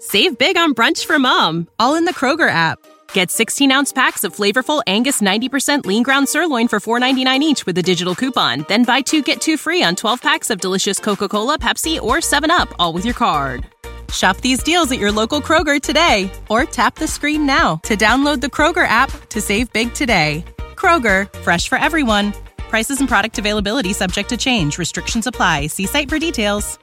Save big on brunch for mom, all in the Kroger app. Get 16-ounce packs of flavorful Angus 90% lean ground sirloin for $4.99 each with a digital coupon. Then buy 2, get 2 free on 12 packs of delicious Coca-Cola, Pepsi, or 7-Up, all with your card. Shop these deals at your local Kroger today, or tap the screen now to download the Kroger app to save big today. Kroger, fresh for everyone. Prices and product availability subject to change. Restrictions apply. See site for details.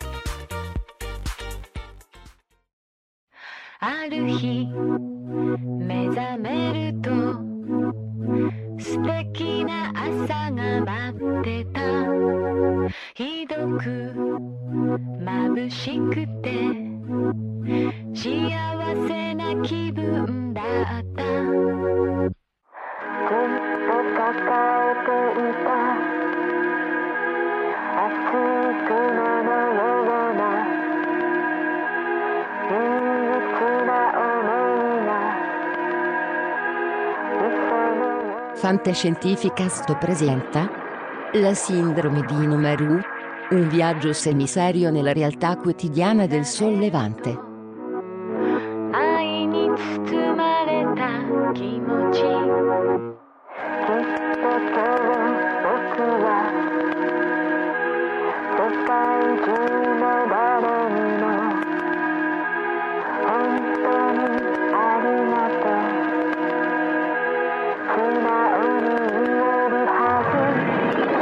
ある日目覚めると素敵な朝が待ってたひどく眩しくて幸せな気分だったずっと抱えていた熱い雲のような Fantascientificast presenta La sindrome di Inomaru, un viaggio semiserio nella realtà quotidiana del Sol Levante. 愛に包まれた気持ちきっと今日僕は世界中の誰にも本当にありがとう素直に言えるはず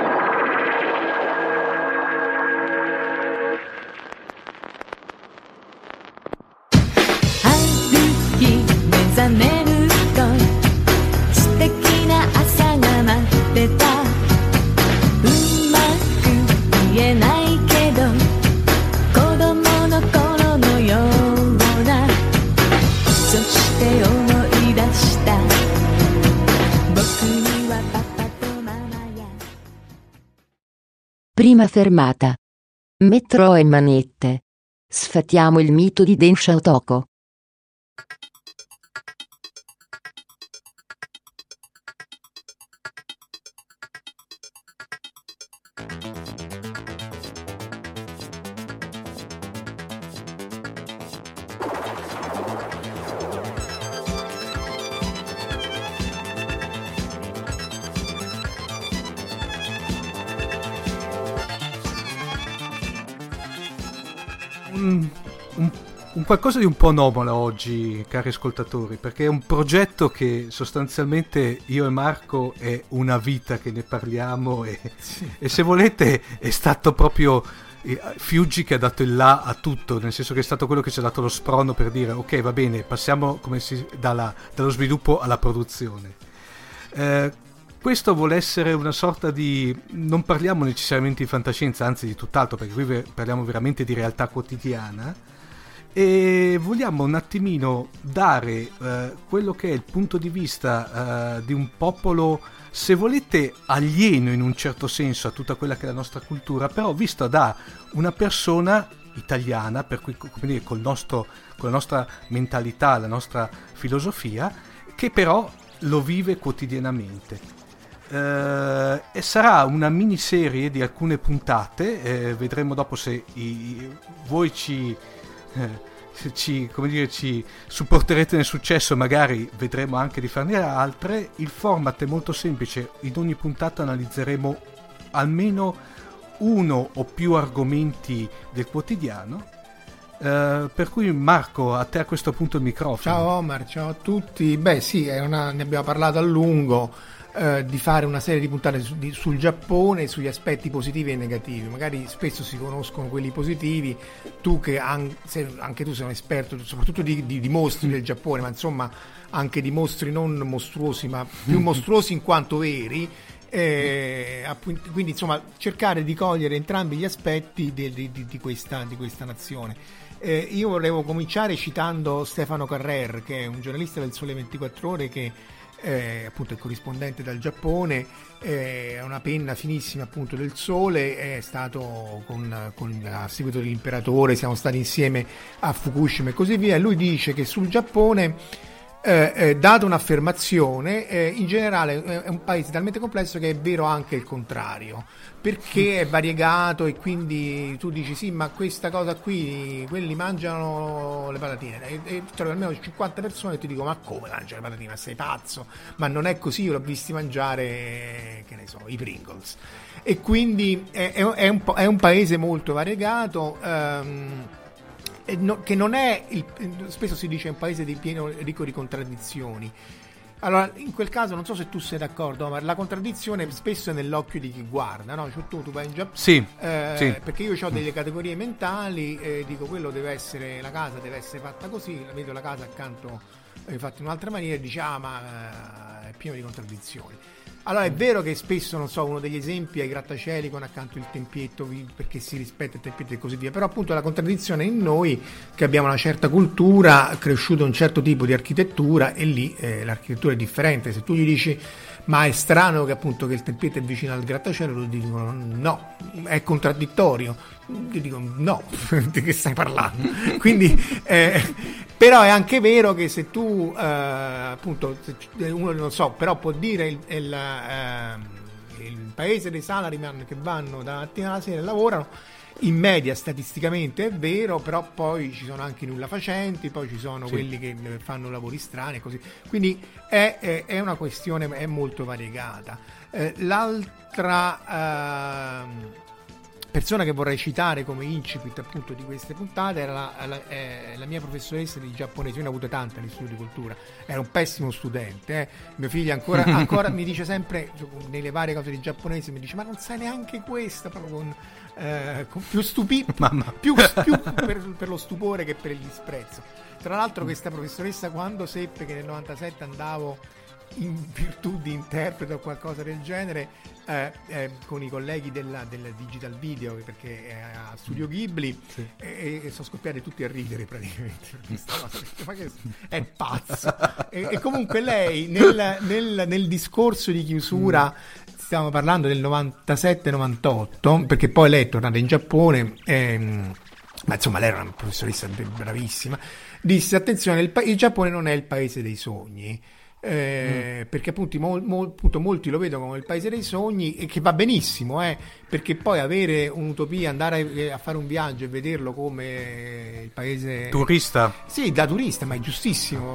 ある日目覚めると素敵な朝が待ってたうまく言えないけど子供の頃のようなそして思い出した僕にはパパとママや Prima fermata. Metro e manette. Sfatiamo il mito di Densha Otoko. Un qualcosa di un po' anomalo oggi, cari ascoltatori, perché è un progetto che sostanzialmente io e Marco è una vita che ne parliamo e se volete è stato proprio Fiuggi che ha dato il là a tutto, nel senso che è stato quello che ci ha dato lo sprono per dire ok, va bene, passiamo dallo sviluppo alla produzione. Questo vuole essere una sorta di... non parliamo necessariamente di fantascienza, anzi di tutt'altro, perché qui parliamo veramente di realtà quotidiana e vogliamo un attimino dare quello che è il punto di vista di un popolo, se volete, alieno in un certo senso a tutta quella che è la nostra cultura, però visto da una persona italiana, per cui come dire, con la nostra mentalità, la nostra filosofia, che però lo vive quotidianamente. E sarà una miniserie di alcune puntate, vedremo dopo se voi ci supporterete nel successo, magari vedremo anche di farne altre. Il format è molto semplice, in ogni puntata analizzeremo almeno uno o più argomenti del quotidiano, per cui Marco, a te a questo punto il microfono. Ciao Omar, ciao a tutti. Beh sì, ne abbiamo parlato a lungo, di fare una serie di puntate sul Giappone, sugli aspetti positivi e negativi. Magari spesso si conoscono quelli positivi, tu che anche tu sei un esperto soprattutto di mostri del Giappone, ma insomma anche di mostri non mostruosi ma più mostruosi in quanto veri, quindi insomma cercare di cogliere entrambi gli aspetti di questa nazione. Io volevo cominciare citando Stefano Carrer, che è un giornalista del Sole 24 Ore che appunto è corrispondente dal Giappone, ha una penna finissima appunto del Sole, è stato a seguito dell'imperatore, siamo stati insieme a Fukushima e così via. Lui dice che sul Giappone data un'affermazione, in generale è un paese talmente complesso che è vero anche il contrario, perché è variegato e quindi tu dici sì, ma questa cosa qui, quelli mangiano le patatine e trovi almeno 50 persone e ti dico ma come mangiano le patatine, ma sei pazzo, ma non è così, io l'ho visti mangiare, che ne so, i Pringles. E quindi è un paese molto variegato, che non è spesso si dice un paese di pieno ricco di contraddizioni. Allora, in quel caso non so se tu sei d'accordo, ma la contraddizione spesso è nell'occhio di chi guarda, no? Cioè, tu vai in Giappone, sì. Perché io ho delle categorie mentali, dico quello deve essere, la casa deve essere fatta così, vedo la casa accanto fatta in un'altra maniera e dici ma è pieno di contraddizioni. Allora è vero che spesso, non so, uno degli esempi è i grattacieli con accanto il tempietto, perché si rispetta il tempietto e così via, però appunto la contraddizione è in noi che abbiamo una certa cultura, cresciuto un certo tipo di architettura e lì l'architettura è differente. Se tu gli dici ma è strano che appunto che il tempietto è vicino al grattacielo, loro dicono no, è contraddittorio. Io dico no, di che stai parlando? Quindi però è anche vero che se tu appunto uno non so, però può dire il paese dei salaryman che vanno dalla mattina alla sera e lavorano, in media statisticamente è vero, però poi ci sono anche i nullafacenti, poi ci sono quelli che fanno lavori strani e così, quindi è una questione, è molto variegata. L'altra persona che vorrei citare come incipit appunto di queste puntate era la mia professoressa di giapponese. Io ne ho avute tante all'istituto di cultura, era un pessimo studente, mio figlio ancora mi dice sempre nelle varie cose di giapponese, mi dice ma non sai neanche questa, proprio con più per lo stupore che per il disprezzo. Tra l'altro questa professoressa, quando seppe che nel 97 andavo in virtù di interprete o qualcosa del genere con i colleghi del Digital Video, perché è a Studio Ghibli, e sono scoppiati tutti a ridere praticamente per questa cosa, perché è pazzo. E comunque lei nel discorso di chiusura, stiamo parlando del 97-98, perché poi lei è tornata in Giappone, ma insomma lei era una professoressa bravissima, disse attenzione, il Giappone non è il paese dei sogni, perché appunto molti lo vedono come il paese dei sogni, e che va benissimo, perché poi avere un'utopia, andare a fare un viaggio e vederlo come il paese turista, sì, da turista, ma è giustissimo,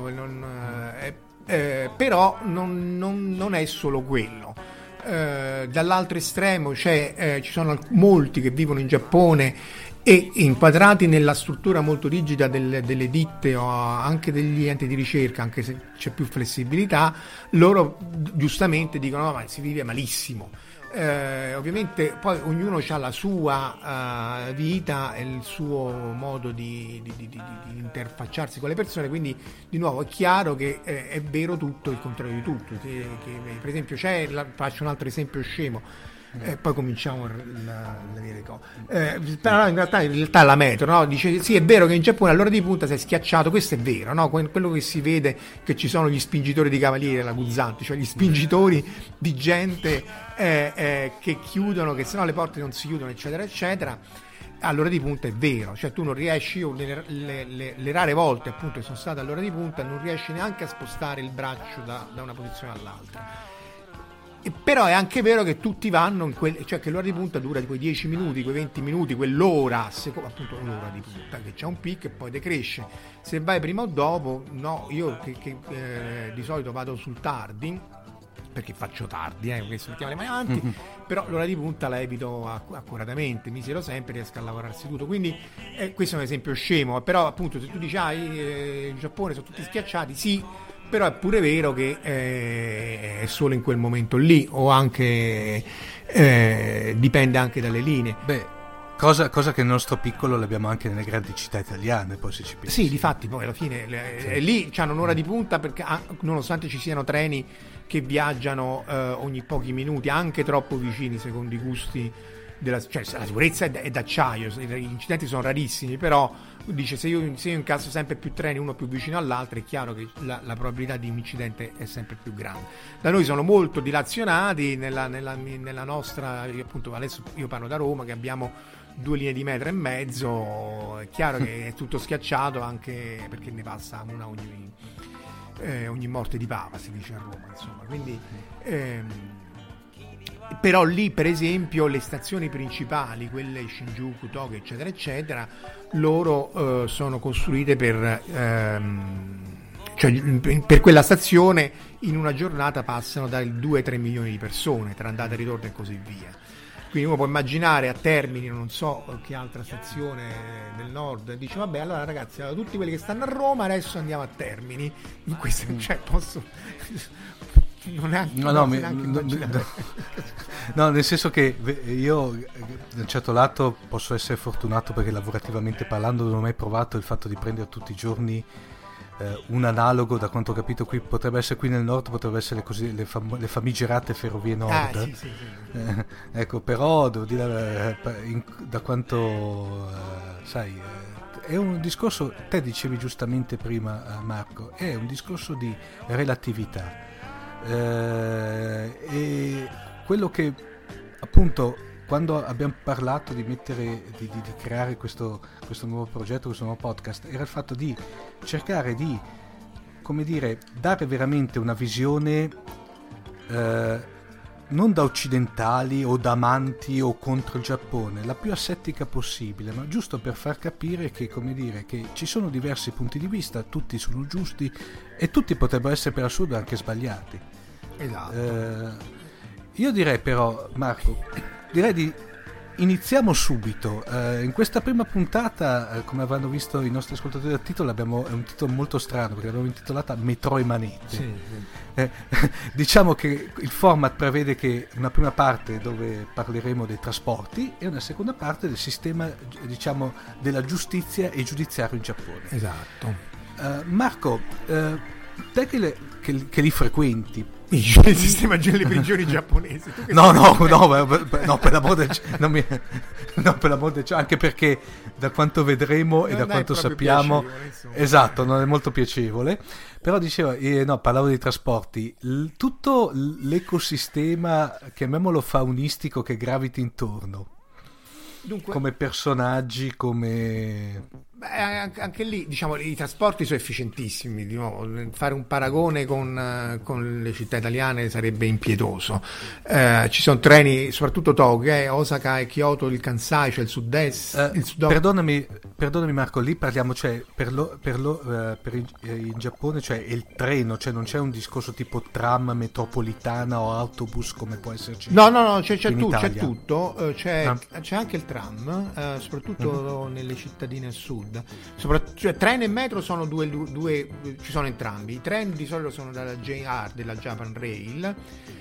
però non è solo quello. Dall'altro estremo ci sono molti che vivono in Giappone e inquadrati nella struttura molto rigida delle ditte o anche degli enti di ricerca, anche se c'è più flessibilità, loro giustamente dicono no, ma si vive malissimo. Ovviamente poi ognuno ha la sua vita e il suo modo di interfacciarsi con le persone, quindi di nuovo è chiaro che è vero tutto il contrario di tutto, che per esempio faccio un altro esempio scemo, poi cominciamo la dire cose. Però in realtà la metro, no? Dice sì, è vero che in Giappone all'ora di punta si è schiacciato, questo è vero, no? Quello che si vede, che ci sono gli spingitori di cavalieri alla Guzzanti, cioè gli spingitori di gente che chiudono, che sennò le porte non si chiudono, eccetera eccetera. All'ora di punta è vero, cioè tu non riesci, io le rare volte appunto che sono stato all'ora di punta, non riesci neanche a spostare il braccio da una posizione all'altra. Però è anche vero che tutti vanno cioè che l'ora di punta dura quei 10 minuti, quei 20 minuti, quell'ora, appunto l'ora di punta, che c'è un picco e poi decresce. Se vai prima o dopo, no, io che di solito vado sul tardi, perché faccio tardi, questo mettiamo le mani avanti, però l'ora di punta la evito accuratamente, mi siedo sempre, riesco a lavorare seduto, quindi questo è un esempio scemo, però appunto se tu dici in Giappone sono tutti schiacciati, sì, però è pure vero che è solo in quel momento lì, o anche dipende anche dalle linee. Beh, cosa che nel nostro piccolo l'abbiamo anche nelle grandi città italiane, poi se ci pensi. Sì, difatti poi alla fine lì c'hanno un'ora di punta, perché nonostante ci siano treni che viaggiano ogni pochi minuti, anche troppo vicini secondo i gusti cioè la sicurezza è d'acciaio, gli incidenti sono rarissimi, però dice se io incasso sempre più treni uno più vicino all'altro, è chiaro che la probabilità di un incidente è sempre più grande. Da noi sono molto dilazionati nella nostra, appunto adesso io parlo da Roma, che abbiamo 2 linee di metro e mezzo, è chiaro che è tutto schiacciato, anche perché ne passa una ogni ogni morte di papa si dice a Roma, insomma, quindi però lì per esempio le stazioni principali, quelle Shinjuku, Tokyo eccetera eccetera, loro sono costruite cioè per quella stazione in una giornata passano dai 2-3 milioni di persone tra andata e ritorno e così via. Quindi uno può immaginare a Termini, non so che altra stazione del nord, dice vabbè allora ragazzi, tutti quelli che stanno a Roma adesso andiamo a Termini. Questo, cioè, posso... No, nel senso che io da un certo lato posso essere fortunato perché lavorativamente parlando non ho mai provato il fatto di prendere tutti i giorni un analogo, da quanto ho capito qui potrebbe essere qui nel nord, potrebbe essere così le famigerate ferrovie nord. Sì. Ecco, però devo dire da quanto sai, è un discorso, te dicevi giustamente prima Marco, è un discorso di relatività. E quello che appunto quando abbiamo parlato di creare questo nuovo progetto, questo nuovo podcast, era il fatto di cercare di, come dire, dare veramente una visione non da occidentali o da amanti o contro il Giappone, la più asettica possibile, ma giusto per far capire che, come dire, che ci sono diversi punti di vista, tutti sono giusti e tutti potrebbero essere per assurdo anche sbagliati. Esatto. Io direi però, Marco, di iniziamo subito. In questa prima puntata, come avranno visto i nostri ascoltatori dal titolo, è un titolo molto strano perché l'abbiamo intitolata Metro e manette. Sì. Diciamo che il format prevede che una prima parte dove parleremo dei trasporti e una seconda parte del sistema, diciamo, della giustizia e giudiziario in Giappone. Esatto. Marco, te che li frequenti, il sistema delle prigioni giapponesi. No, per l'amor del cielo, anche perché da quanto vedremo non e da quanto sappiamo, esatto, non è molto piacevole. Però dicevo, parlavo dei trasporti, tutto l'ecosistema, chiamiamolo faunistico, che graviti intorno. Dunque, come personaggi, come... anche lì, diciamo, i trasporti sono efficientissimi. Di nuovo, fare un paragone con le città italiane sarebbe impietoso. Ci sono treni, soprattutto Tokyo, Osaka e Kyoto, il Kansai, cioè il sud-est. Perdonami Marco, lì parliamo, cioè in Giappone, cioè il treno, cioè non c'è un discorso tipo tram, metropolitana o autobus come può esserci. No, c'è tutto, c'è anche il tram, soprattutto nelle cittadine al sud. Cioè, treno e metro sono due, ci sono entrambi. I treni di solito sono dalla JR, della Japan Rail,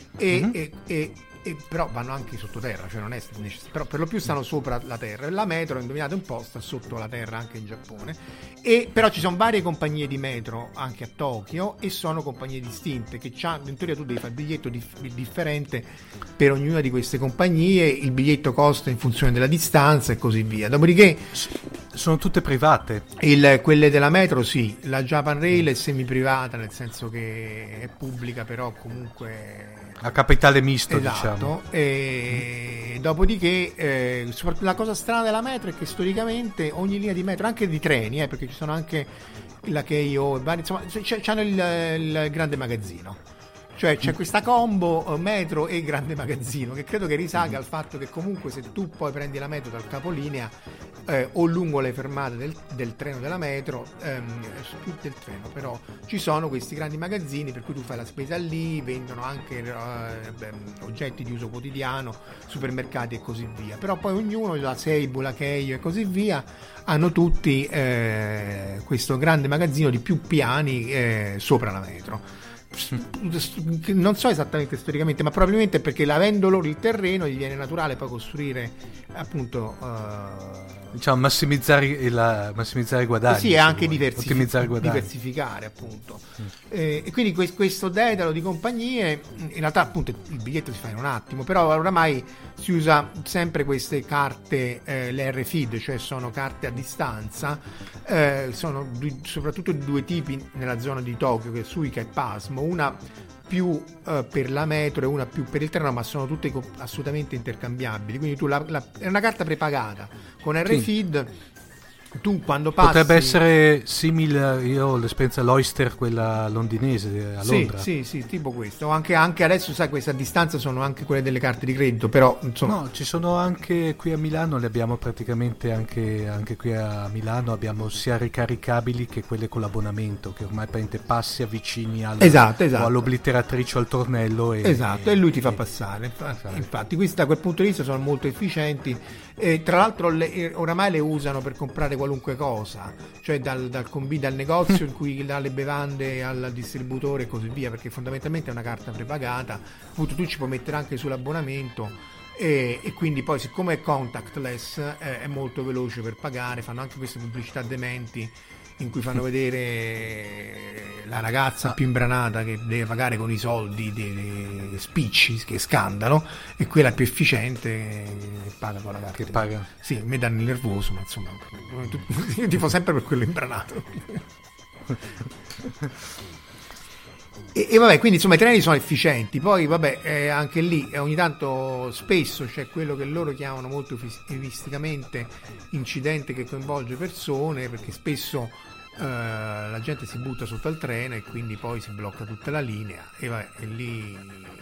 però vanno anche sottoterra, cioè non è necessario, però per lo più stanno sopra la terra. La metro, indovinate un po', sta sotto la terra anche in Giappone. Però ci sono varie compagnie di metro anche a Tokyo e sono compagnie distinte che in teoria tu devi fare il biglietto differente per ognuna di queste compagnie, il biglietto costa in funzione della distanza e così via. Dopodiché sono tutte private. Quelle della metro sì, la Japan Rail è semi privata, nel senso che è pubblica, però comunque a capitale misto, esatto, diciamo. E dopodiché la cosa strana della metro è che storicamente ogni linea di metro, anche di treni, perché ci sono anche la Keio, insomma, c'hanno il grande magazzino. Cioè c'è questa combo metro e grande magazzino, che credo che risalga al fatto che comunque se tu poi prendi la metro dal capolinea o lungo le fermate del treno della metro, più del treno, però ci sono questi grandi magazzini per cui tu fai la spesa lì, vendono anche oggetti di uso quotidiano, supermercati e così via. Però poi ognuno, la Seibu, la Keio e così via, hanno tutti questo grande magazzino di più piani sopra la metro. Non so esattamente storicamente, ma probabilmente perché avendo loro il terreno gli viene naturale poi costruire, appunto, diciamo massimizzare i guadagni, sì, e anche diversificare, appunto. E quindi questo dedalo di compagnie, in realtà appunto il biglietto si fa in un attimo, però oramai si usa sempre queste carte, le RFID, cioè sono carte a distanza, sono soprattutto di due tipi nella zona di Tokyo, che è Suica e Pasmo, una più per la metro e una più per il treno, ma sono tutte assolutamente intercambiabili. Quindi tu è una carta prepagata con RFID, tu quando passi... Potrebbe essere simile, io ho l'esperienza l'Oyster, quella londinese a Londra. Sì, tipo questo. Anche adesso, sai, questa distanza sono anche quelle delle carte di credito, però insomma... No, ci sono anche qui a Milano, le abbiamo praticamente anche qui a Milano, abbiamo sia ricaricabili che quelle con l'abbonamento, che ormai praticamente passi, avvicini esatto. o all'obliteratrice o al tornello e lui ti fa passare. Infatti questi da quel punto di vista sono molto efficienti, e tra l'altro oramai le usano per comprare qualunque cosa, cioè dal negozio in cui dà le bevande al distributore e così via, perché fondamentalmente è una carta prepagata, appunto tu ci puoi mettere anche sull'abbonamento e quindi poi, siccome è contactless, è molto veloce per pagare. Fanno anche queste pubblicità dementi in cui fanno vedere la ragazza più imbranata che deve pagare con i soldi dei spicci, che scandalo, e quella più efficiente che paga con la carta. Che paga? Sì, mi danno il nervoso, ma insomma io tifo sempre per quello imbranato. E vabbè, quindi insomma i treni sono efficienti. Poi vabbè, anche lì ogni tanto, spesso c'è quello che loro chiamano molto eufemisticamente incidente che coinvolge persone, perché spesso la gente si butta sotto al treno e quindi poi si blocca tutta la linea, e vabbè, e lì...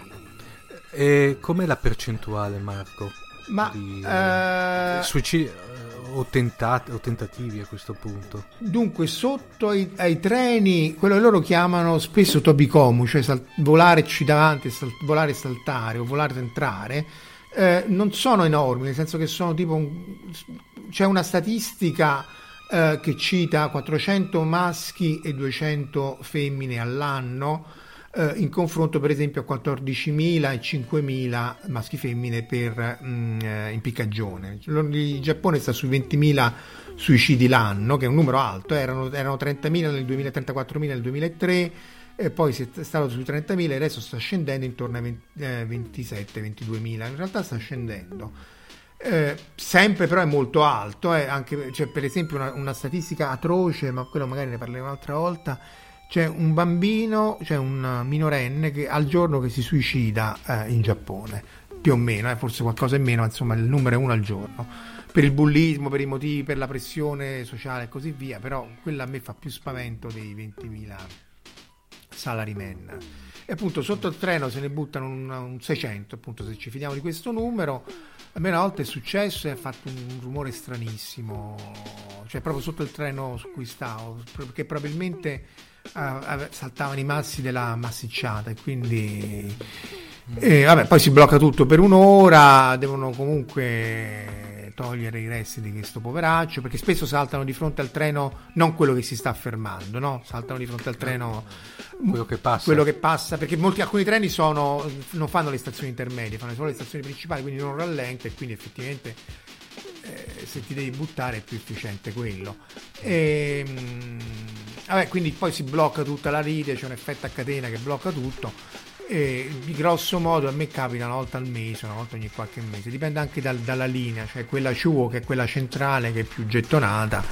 E com'è la percentuale, Marco? Ma di suicidi o tentativi a questo punto? Dunque, sotto ai treni, quello che loro chiamano spesso tobicomu, cioè volarci davanti, volare e saltare o volare e entrare, non sono enormi, nel senso che sono tipo c'è una statistica che cita 400 maschi e 200 femmine all'anno, in confronto per esempio a 14.000 e 5.000 maschi femmine per impiccagione. Il Giappone sta sui 20.000 suicidi l'anno, che è un numero alto, erano 30.000 nel 2000, 34.000 nel 2003, poi è stato sui 30.000 e adesso sta scendendo intorno ai 27-22.000, in realtà sta scendendo. Sempre però è molto alto, anche, cioè, per esempio una statistica atroce, ma quello magari ne parleremo un'altra volta. C'è un bambino, c'è un minorenne che al giorno che si suicida in Giappone, più o meno, forse qualcosa in meno, ma insomma il numero è uno al giorno, per il bullismo, per i motivi, per la pressione sociale e così via. Però quella a me fa più spavento dei 20.000 salarymen. E appunto sotto il treno se ne buttano un 600, appunto, se ci fidiamo di questo numero. A me una volta è successo e ha fatto un rumore stranissimo, cioè proprio sotto il treno su cui stavo, perché probabilmente saltavano i massi della massicciata, e quindi vabbè, poi si blocca tutto per un'ora, devono comunque togliere i resti di questo poveraccio, perché spesso saltano di fronte al treno, non quello che si sta fermando, no? Saltano di fronte al treno quello che passa, perché alcuni treni non fanno le stazioni intermedie, fanno solo le stazioni principali, quindi non rallenta, e quindi effettivamente se ti devi buttare è più efficiente quello. Vabbè, quindi poi si blocca tutta la rete, c'è un effetto a catena che blocca tutto, e di grosso modo a me capita una volta al mese, una volta ogni qualche mese, dipende anche dalla linea, cioè quella Chuo, che è quella centrale, che è più gettonata.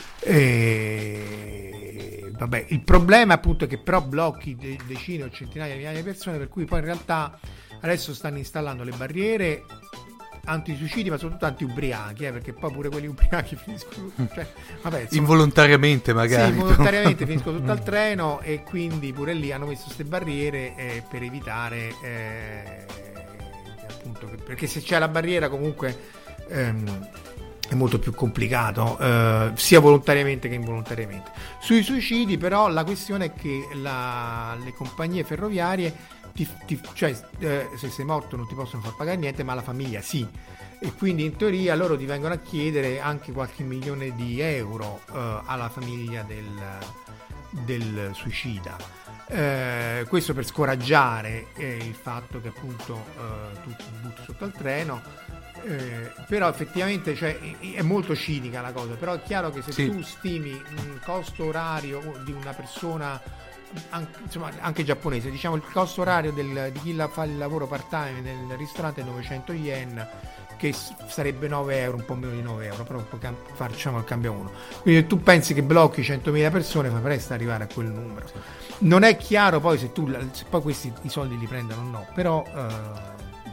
Vabbè, il problema appunto è che però blocchi decine o centinaia di migliaia di persone, per cui poi in realtà adesso stanno installando le barriere anti-suicidi, ma soprattutto anti-ubriachi, perché poi pure quelli ubriachi finiscono, cioè, vabbè, insomma, involontariamente magari. Sì, involontariamente finiscono tutto al treno, e quindi pure lì hanno messo queste barriere per evitare appunto, perché se c'è la barriera comunque è molto più complicato, sia volontariamente che involontariamente. Sui suicidi però la questione è che le compagnie ferroviarie cioè se sei morto non ti possono far pagare niente, ma la famiglia sì, e quindi in teoria loro ti vengono a chiedere anche qualche milione di euro alla famiglia del suicida, questo per scoraggiare il fatto che appunto tu ti butti sotto al treno. Però effettivamente, cioè, è molto cinica la cosa, però è chiaro che se tu stimi un costo orario di una persona, insomma anche giapponese, diciamo il costo orario di chi fa il lavoro part time nel ristorante è 900 yen, che sarebbe 9 euro, un po' meno di 9 euro, però facciamo il cambio a uno, quindi se tu pensi che blocchi 100.000 persone fa presto arrivare a quel numero. Non è chiaro poi se poi questi i soldi li prendono o no, però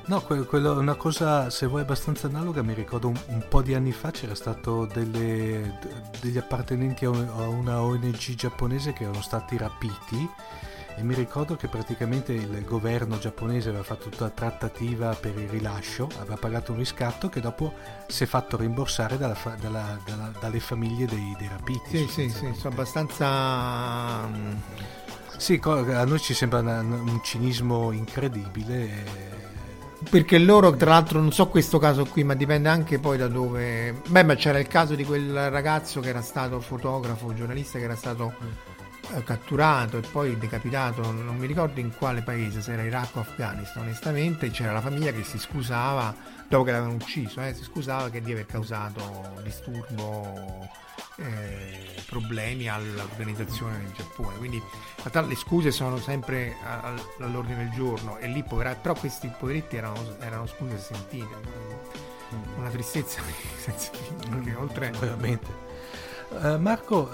No, quello, una cosa, se vuoi, abbastanza analoga, mi ricordo un po' di anni fa c'era stato degli appartenenti a una ONG giapponese che erano stati rapiti, e mi ricordo che praticamente il governo giapponese aveva fatto tutta la trattativa per il rilascio, aveva pagato un riscatto che dopo si è fatto rimborsare dalle famiglie dei rapiti. Sì, sono abbastanza... Sì, a noi ci sembra un cinismo incredibile. Perché loro, tra l'altro, non so questo caso qui, ma dipende anche poi da dove... Beh, ma c'era il caso di quel ragazzo che era stato fotografo, giornalista, che era stato catturato e poi decapitato, non mi ricordo in quale paese, se era Iraq o Afghanistan, onestamente. C'era la famiglia che si scusava, dopo che l'avevano ucciso, si scusava di aver causato disturbo, problemi all'organizzazione del Giappone. Quindi in realtà le scuse sono sempre all'ordine del giorno, e lì però questi poveretti erano scuse sentite, una tristezza senza fine, che oltre veramente. Marco,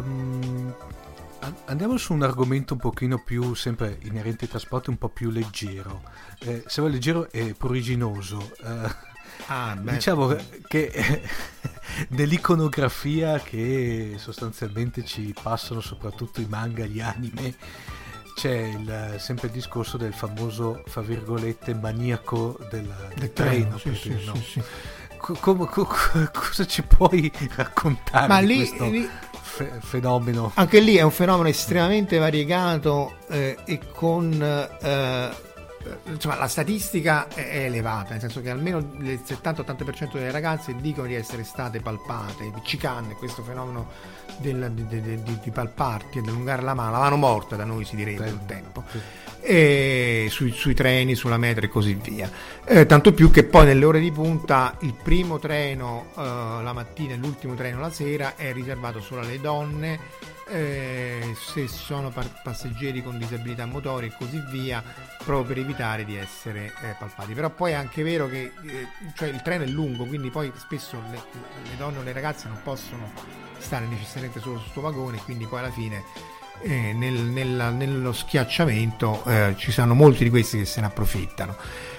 andiamo su un argomento un pochino più, sempre inerente ai trasporti, un po' più leggero, se vuoi leggero e pruriginoso. Diciamo che nell'iconografia che sostanzialmente ci passano soprattutto i manga, gli anime, c'è sempre il discorso del famoso, fra virgolette, maniaco del treno. Sì. Cosa ci puoi raccontare di questo fenomeno? Anche lì è un fenomeno estremamente variegato, e con insomma, la statistica è elevata, nel senso che almeno il 70-80% delle ragazze dicono di essere state palpate, chicane, questo fenomeno di palparti e di allungare la mano morta, da noi si direbbe un tempo, e sui treni, sulla metro e così via, tanto più che poi nelle ore di punta il primo treno la mattina e l'ultimo treno la sera è riservato solo alle donne, se sono passeggeri con disabilità motorie e così via, proprio per evitare di essere palpati. Però poi è anche vero che cioè il treno è lungo, quindi poi spesso le donne o le ragazze non possono stare necessariamente solo su sto vagone, quindi poi alla fine nello schiacciamento ci sono molti di questi che se ne approfittano.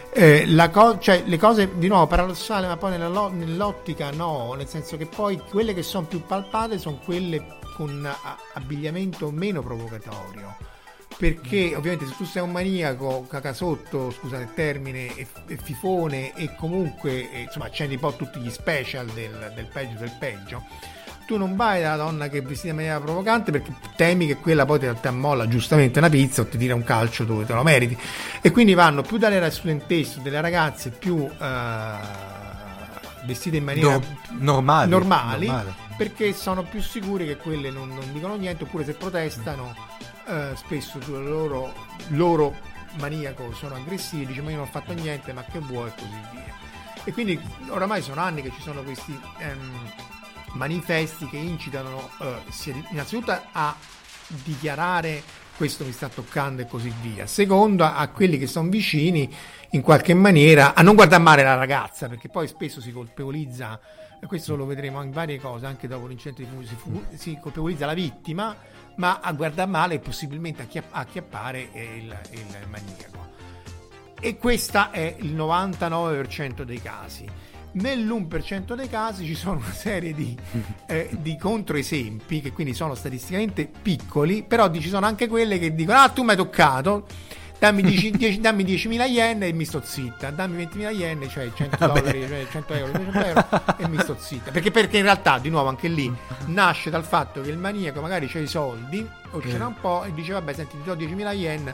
Cioè, le cose di nuovo paradossali, ma poi nell'ottica no, nel senso che poi quelle che sono più palpate sono quelle con abbigliamento meno provocatorio, perché ovviamente se tu sei un maniaco cacasotto, scusate il termine, e fifone, e comunque insomma accendi un po' tutti gli special del peggio del peggio, tu non vai dalla donna che è vestita in maniera provocante perché temi che quella poi ti ammolla giustamente una pizza o ti tira un calcio dove te lo meriti, e quindi vanno più dalle studentesse, delle ragazze più vestite in maniera normali, perché sono più sicuri che quelle non dicono niente, oppure se protestano spesso sul loro maniaco sono aggressivi, dice ma io non ho fatto niente, ma che vuoi, e così via. E quindi oramai sono anni che ci sono questi manifesti che incitano innanzitutto a dichiarare questo mi sta toccando e così via, secondo a quelli che sono vicini in qualche maniera a non guardare male la ragazza, perché poi spesso si colpevolizza, e questo lo vedremo in varie cose, anche dopo l'incidente di Fuji si colpevolizza la vittima, ma a guardare male possibilmente acchiappare il maniaco. E questa è il 99% dei casi. Nell'1% dei casi ci sono una serie di controesempi che quindi sono statisticamente piccoli, però ci sono anche quelle che dicono tu mi hai toccato, dammi 10.000 yen e mi sto zitta, dammi 20.000 yen, cioè $100, cioè 100 euro, 200 euro e mi sto zitta, perché in realtà di nuovo anche lì nasce dal fatto che il maniaco magari c'ha i soldi o ce n'ha un po' e dice vabbè senti ti do 10.000 yen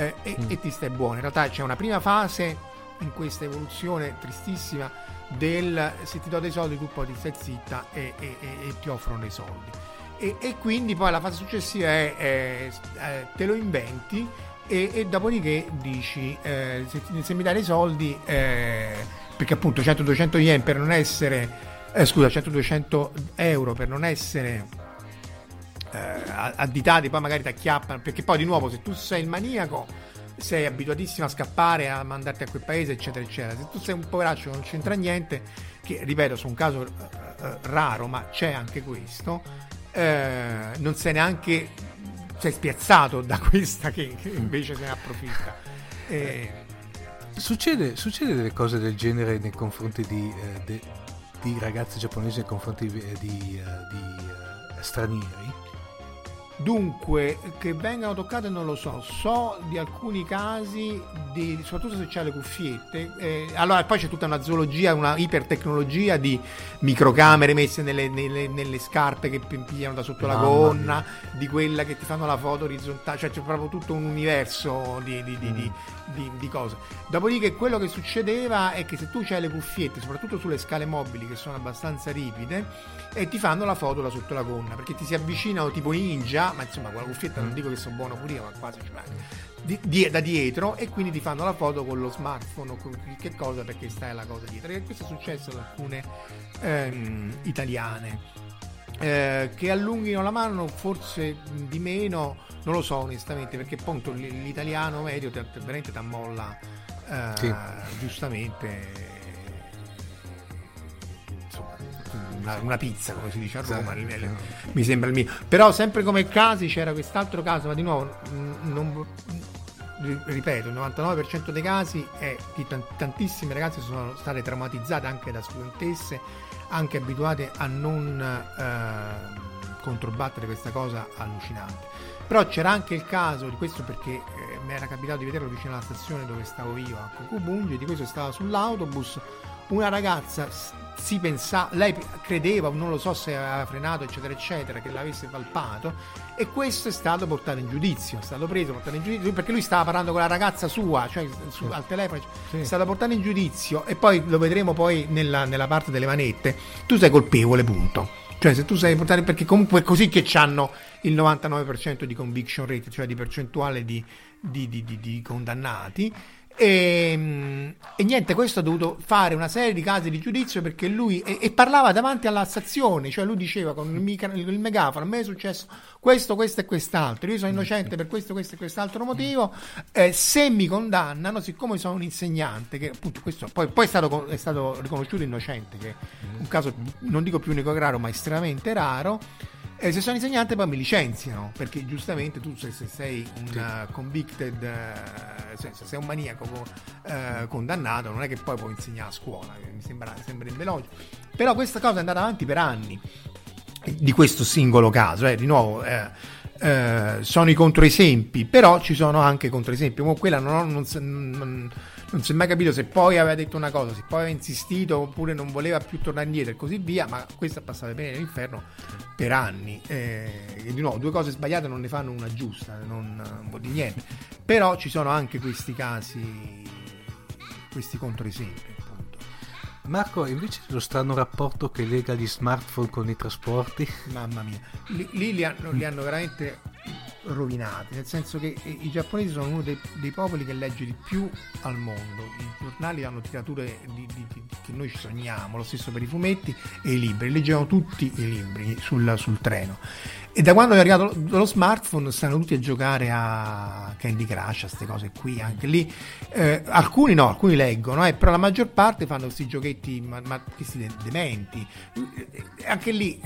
e ti stai buono. In realtà c'è una prima fase in questa evoluzione tristissima del se ti do dei soldi tu poi ti stai zitta e ti offrono dei soldi, e quindi poi la fase successiva è te lo inventi e dopodiché dici se mi dai dei soldi perché appunto 100-200 yen per non essere 100-200 euro per non essere additati, poi magari ti acchiappano, perché poi di nuovo se tu sei il maniaco sei abituatissimo a scappare, a mandarti a quel paese eccetera eccetera. Se tu sei un poveraccio che non c'entra niente, che ripeto su un caso raro ma c'è anche questo, non sei neanche sei spiazzato da questa che invece se ne approfitta, Succede delle cose del genere nei confronti di ragazzi giapponesi, nei confronti di stranieri? Dunque, che vengano toccate non lo so di alcuni casi, soprattutto se c'è le cuffiette. Allora, poi c'è tutta una zoologia, una ipertecnologia di microcamere messe nelle scarpe che pigliano da sotto la gonna, di quella che ti fanno la foto orizzontale, cioè c'è proprio tutto un universo di cose. Dopodiché quello che succedeva è che se tu c'hai le cuffiette, soprattutto sulle scale mobili che sono abbastanza ripide, e ti fanno la foto da sotto la gonna, perché ti si avvicinano tipo ninja, ma insomma con la cuffietta non dico che sono buono pure io, ma quasi ci va da dietro, e quindi ti fanno la foto con lo smartphone o con che cosa, perché stai la cosa dietro. E questo è successo ad alcune italiane, che allunghino la mano forse di meno, non lo so onestamente, perché appunto l'italiano medio veramente t'ammolla giustamente, una pizza, come si dice a Roma, mi sembra il mio. Però sempre come casi c'era quest'altro caso, ma di nuovo ripeto, il 99% dei casi è di tantissime ragazze sono state traumatizzate anche da studentesse, anche abituate a non controbattere questa cosa allucinante. Però c'era anche il caso di questo, perché mi era capitato di vederlo vicino alla stazione dove stavo io a Kokubunji, di questo stava sull'autobus una ragazza, lei credeva, non lo so se aveva frenato eccetera eccetera, che l'avesse palpato, e questo è stato portato in giudizio, è stato preso, portato in giudizio, perché lui stava parlando con la ragazza sua, cioè al telefono, è stato portato in giudizio, e poi lo vedremo poi nella parte delle manette. Tu sei colpevole, punto. Cioè se tu sei portato, perché comunque è così che c'hanno il 99% di conviction rate, cioè di percentuale di condannati. E niente, questo ha dovuto fare una serie di casi di giudizio, perché lui e parlava davanti alla stazione, cioè lui diceva con il megafono: a me è successo questo e quest'altro, io sono innocente per questo e quest'altro motivo, se mi condannano, siccome sono un insegnante, che appunto questo poi è stato riconosciuto innocente, che è un caso non dico più unico raro ma estremamente raro. Se sono insegnante poi mi licenziano, perché giustamente tu se sei un convicted, se sei un maniaco condannato, non è che poi puoi insegnare a scuola, mi sembrerebbe logico. Però questa cosa è andata avanti per anni, di questo singolo caso, di nuovo sono i controesempi, però ci sono anche controesempi. Come quella non si è mai capito se poi aveva detto una cosa, se poi aveva insistito oppure non voleva più tornare indietro e così via, ma questa è passata bene nell'inferno per anni, e di nuovo due cose sbagliate non ne fanno una giusta, non vuol dire niente. Però ci sono anche questi casi, questi controesempi. Marco, invece lo strano rapporto che lega gli smartphone con i trasporti, mamma mia, lì li hanno veramente rovinati, nel senso che i giapponesi sono uno dei popoli che legge di più al mondo. I giornali hanno tirature che noi ci sogniamo, lo stesso per i fumetti e i libri, leggevano tutti i libri sul treno, e da quando è arrivato lo smartphone stanno tutti a giocare a Candy Crush, a queste cose qui, anche lì alcuni leggono, però la maggior parte fanno questi giochetti ma questi dementi, anche lì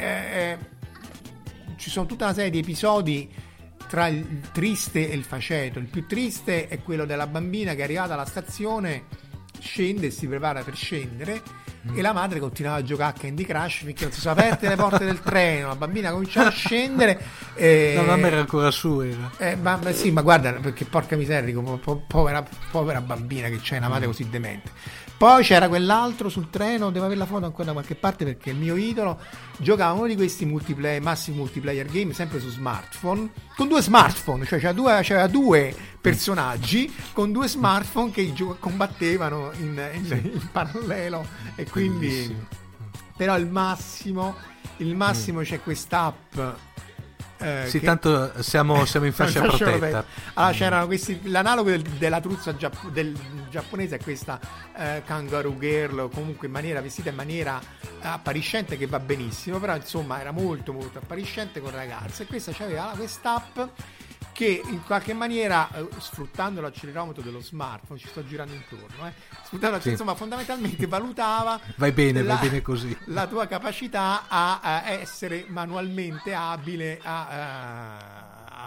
ci sono tutta una serie di episodi tra il triste e il faceto. Il più triste è quello della bambina che è arrivata alla stazione, scende e si prepara per scendere, e la madre continuava a giocare a Candy Crush finché non si sono aperte le porte del treno. La bambina cominciava a scendere, la mamma era ancora su, sì, ma guarda, perché porca miseria, povera bambina, che c'è una madre così demente. Poi c'era quell'altro sul treno, devo avere la foto ancora da qualche parte, perché il mio idolo giocava uno di questi massive multiplayer game, sempre su smartphone, con due smartphone, cioè c'era due personaggi con due smartphone che combattevano in parallelo, e quindi bellissimo. Però il massimo c'è quest'app. Sì, tanto siamo in fascia protetta. Allora c'erano l'analogo della truzza del giapponese è questa Kangaroo Girl, o comunque vestita in maniera appariscente, che va benissimo, però insomma era molto molto appariscente con ragazze, e questa c'aveva quest'app che in qualche maniera, sfruttando l'accelerometro dello smartphone, ci sto girando intorno, insomma fondamentalmente valutava vai bene così, la tua capacità a essere manualmente abile a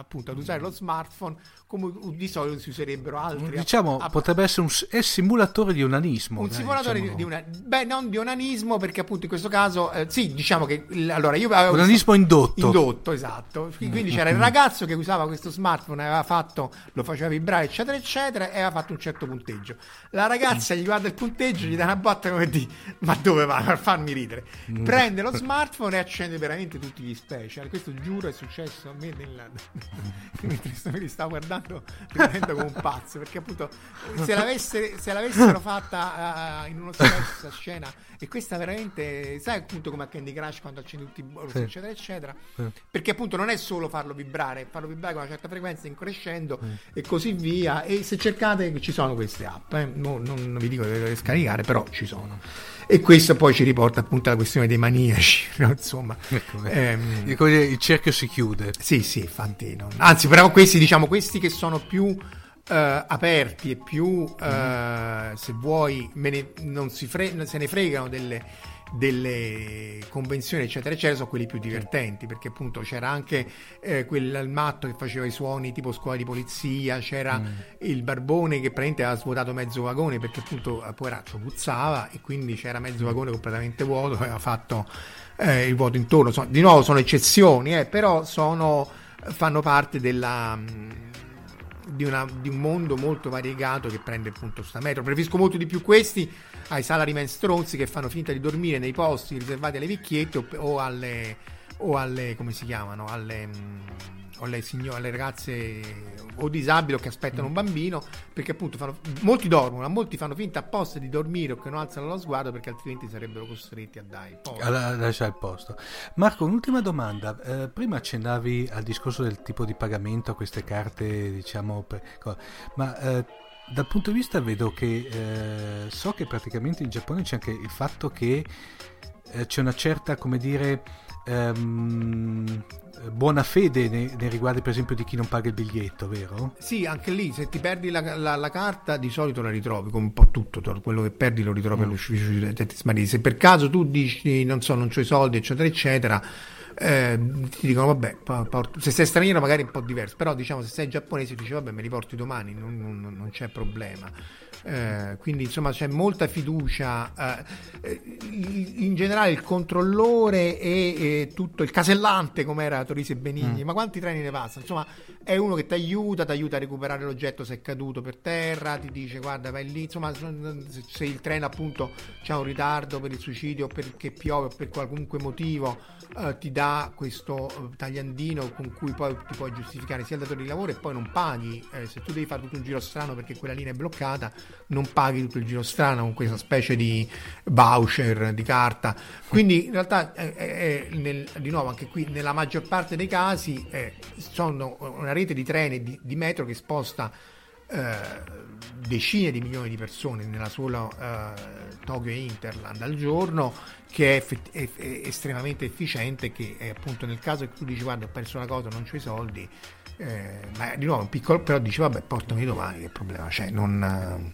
appunto ad usare lo smartphone come di solito si userebbero altri. Diciamo, potrebbe essere un simulatore di onanismo. Un simulatore diciamo. Non di onanismo, perché appunto in questo caso sì, diciamo che allora io onanismo indotto, esatto. Quindi c'era il ragazzo che usava questo smartphone, lo faceva vibrare, eccetera eccetera, e aveva fatto un certo punteggio. La ragazza gli guarda il punteggio, gli dà una botta come di ma dove va a farmi ridere. Prende lo smartphone e accende veramente tutti gli special. Questo giuro è successo a me mentre mi stavo guardando ridendo come un pazzo, perché appunto se l'avessero fatta in uno sketch questa scena, e questa veramente, sai appunto come a Candy Crush quando accendi tutti i borsi, eccetera eccetera, perché appunto non è solo farlo vibrare con una certa frequenza in crescendo e così via. E se cercate ci sono queste app, non vi dico che le dovete scaricare, però ci sono. E questo poi ci riporta appunto alla questione dei maniaci, no? Insomma, il cerchio si chiude. Sì, infatti, anzi, però questi che sono più aperti e più se vuoi se ne fregano delle convenzioni eccetera eccetera, sono quelli più divertenti, perché appunto c'era anche il matto che faceva i suoni tipo scuola di polizia, c'era il barbone che praticamente aveva svuotato mezzo vagone perché appunto poveraccio puzzava, e quindi c'era mezzo vagone completamente vuoto, aveva fatto il vuoto intorno. Di nuovo sono eccezioni, però fanno parte di un mondo molto variegato che prende appunto sta metro. Preferisco molto di più questi ai salaryman stronzi che fanno finta di dormire nei posti riservati alle vecchiette o alle come si chiamano, alle ragazze o disabili o che aspettano un bambino, perché appunto molti dormono, molti fanno finta apposta di dormire o che non alzano lo sguardo perché altrimenti sarebbero costretti a lasciare il posto. Marco, un'ultima domanda. Prima accennavi al discorso del tipo di pagamento a queste carte, diciamo, ma dal punto di vista vedo che so che praticamente in Giappone c'è anche il fatto che c'è una certa, come dire, buona fede nei riguardi per esempio di chi non paga il biglietto, vero? Sì, anche lì se ti perdi la carta di solito la ritrovi, come un po' tutto quello che perdi lo ritrovi all'ufficio di Tetis. Se per caso tu dici non c'ho i soldi eccetera eccetera, ti dicono vabbè, se sei straniero magari è un po' diverso, però diciamo se sei giapponese ti dice vabbè me li porti domani, non c'è problema. Quindi insomma c'è molta fiducia, in generale il controllore e tutto il casellante come era Torisi e Benigni, ma quanti treni ne passano, insomma è uno che ti aiuta a recuperare l'oggetto se è caduto per terra, ti dice guarda vai lì, insomma se il treno appunto c'ha un ritardo per il suicidio, perché piove o per qualunque motivo, ti dà questo tagliandino con cui poi ti puoi giustificare sia il datore di lavoro, e poi non paghi, se tu devi fare tutto un giro strano perché quella linea è bloccata, non paghi tutto il giro strano con questa specie di voucher di carta. Quindi in realtà di nuovo anche qui nella maggior parte dei casi sono una rete di treni di metro che sposta decine di milioni di persone nella sola Tokyo Interland al giorno, che è estremamente efficiente, che è appunto nel caso che tu dici guarda ho perso la cosa, non c'ho i soldi, ma di nuovo un piccolo, però dici vabbè portami domani, che problema c'è, non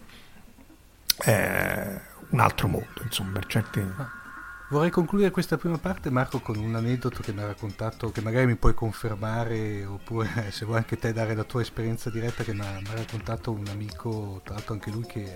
un altro mondo insomma per certi. Vorrei concludere questa prima parte, Marco, con un aneddoto che mi ha raccontato, che magari mi puoi confermare, oppure se vuoi anche te dare la tua esperienza diretta, che mi ha raccontato un amico, tra l'altro anche lui che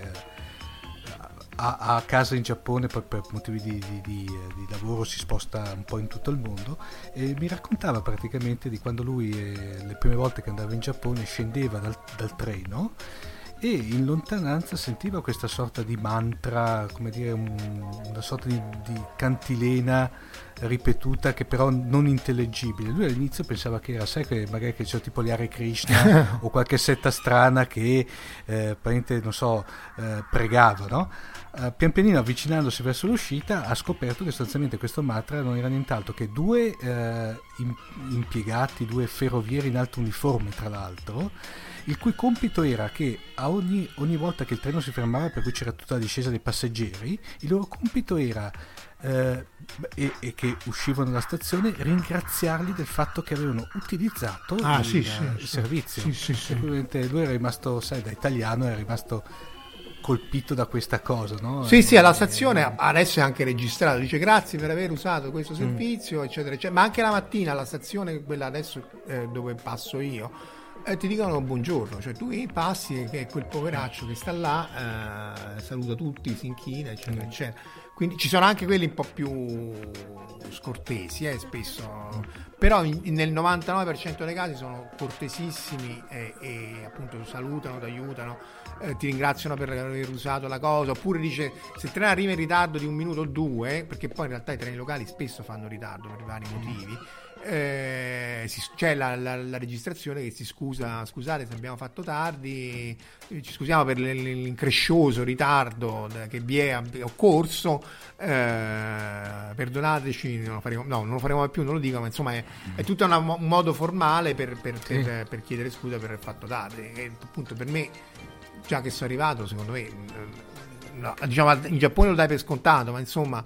ha casa in Giappone, poi per motivi di lavoro si sposta un po' in tutto il mondo, e mi raccontava praticamente di quando lui le prime volte che andava in Giappone scendeva dal treno e in lontananza sentiva questa sorta di mantra, come dire una sorta di cantilena ripetuta che però non intellegibile. Lui all'inizio pensava che era, sai, che magari che c'era tipo gli Hare Krishna o qualche setta strana che praticamente non so pregava, no? Pian pianino avvicinandosi verso l'uscita ha scoperto che sostanzialmente questo mantra non era nient'altro che due impiegati, due ferrovieri in alto uniforme tra l'altro, il cui compito era che a ogni volta che il treno si fermava, per cui c'era tutta la discesa dei passeggeri, il loro compito era e che uscivano dalla stazione ringraziarli del fatto che avevano utilizzato il servizio. Lui era rimasto, sai, da italiano era rimasto colpito da questa cosa, no? Sì, alla stazione adesso è anche registrato, dice grazie per aver usato questo servizio, eccetera, eccetera. Ma anche la mattina alla stazione, quella adesso dove passo io, ti dicono buongiorno, cioè tu passi che è quel poveraccio che sta là, saluta tutti, si inchina, eccetera, eccetera. Quindi ci sono anche quelli un po' più scortesi, spesso, però nel 99% dei casi sono cortesissimi e appunto salutano, ti aiutano, ti ringraziano per aver usato la cosa, oppure dice se il treno arriva in ritardo di 1 minuto o 2, perché poi in realtà i treni locali spesso fanno ritardo per vari motivi, c'è la registrazione che si scusa, scusate se abbiamo fatto tardi, ci scusiamo per l'increscioso ritardo che vi è occorso, perdonateci, non lo faremo mai più, non lo dico, ma insomma è tutto un modo formale per chiedere scusa per aver fatto tardi, e appunto per me, già che sono arrivato, secondo me, no, diciamo, in Giappone lo dai per scontato, ma insomma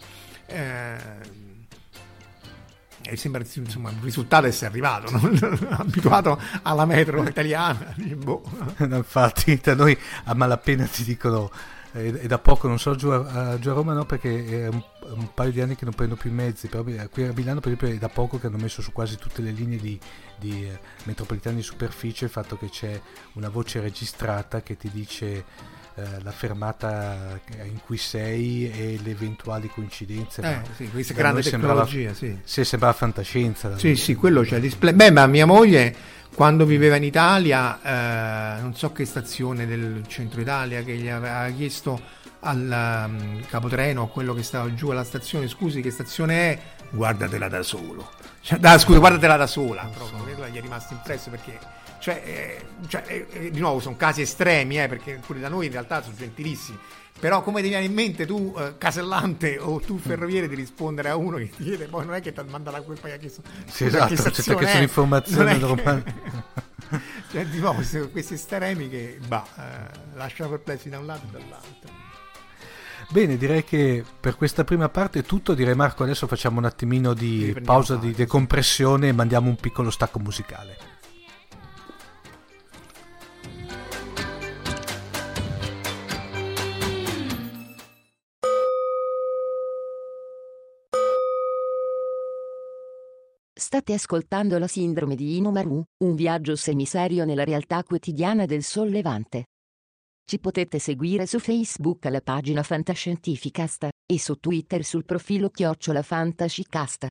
sembra, insomma, il risultato è essere arrivato, no? Abituato alla metro italiana, boh. Infatti da noi a malapena ti dicono, e da poco, non so giù a Roma no, perché è un paio di anni che non prendo più i mezzi, però qui a Milano per esempio è da poco che hanno messo su quasi tutte le linee di metropolitane di superficie il fatto che c'è una voce registrata che ti dice la fermata in cui sei e le eventuali coincidenze. Sì, questa grande tecnologia, sembrava fantascienza. Sì, quello c'è il display. Beh, ma mia moglie quando viveva in Italia, non so che stazione del centro Italia, che gli aveva chiesto al capotreno, quello che stava giù alla stazione, scusi che stazione è? Guardatela da solo. Scusa, guardatela da sola. Proprio, gli è rimasto impresso perché di nuovo sono casi estremi, perché pure da noi in realtà sono gentilissimi, però come ti viene in mente tu casellante o tu ferroviere di rispondere a uno che ti chiede, poi non è che ti manda la colpa, sì, esatto, c'è questa informazione normale. Cioè di nuovo questi estremi che lasciano perplessi da un lato e dall'altro. Bene, direi che per questa prima parte è tutto. Direi, Marco, adesso facciamo un attimino di pausa, di decompressione e mandiamo un piccolo stacco musicale. State ascoltando La sindrome di Inomaru, un viaggio semiserio nella realtà quotidiana del Sollevante. Ci potete seguire su Facebook alla pagina Fantascientificast e su Twitter sul profilo @Fantascicast.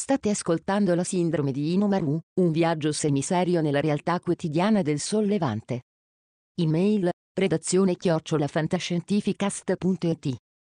State ascoltando la sindrome di Inomaru, un viaggio semiserio nella realtà quotidiana del Sollevante. Email: redazione@fantascientificast.it.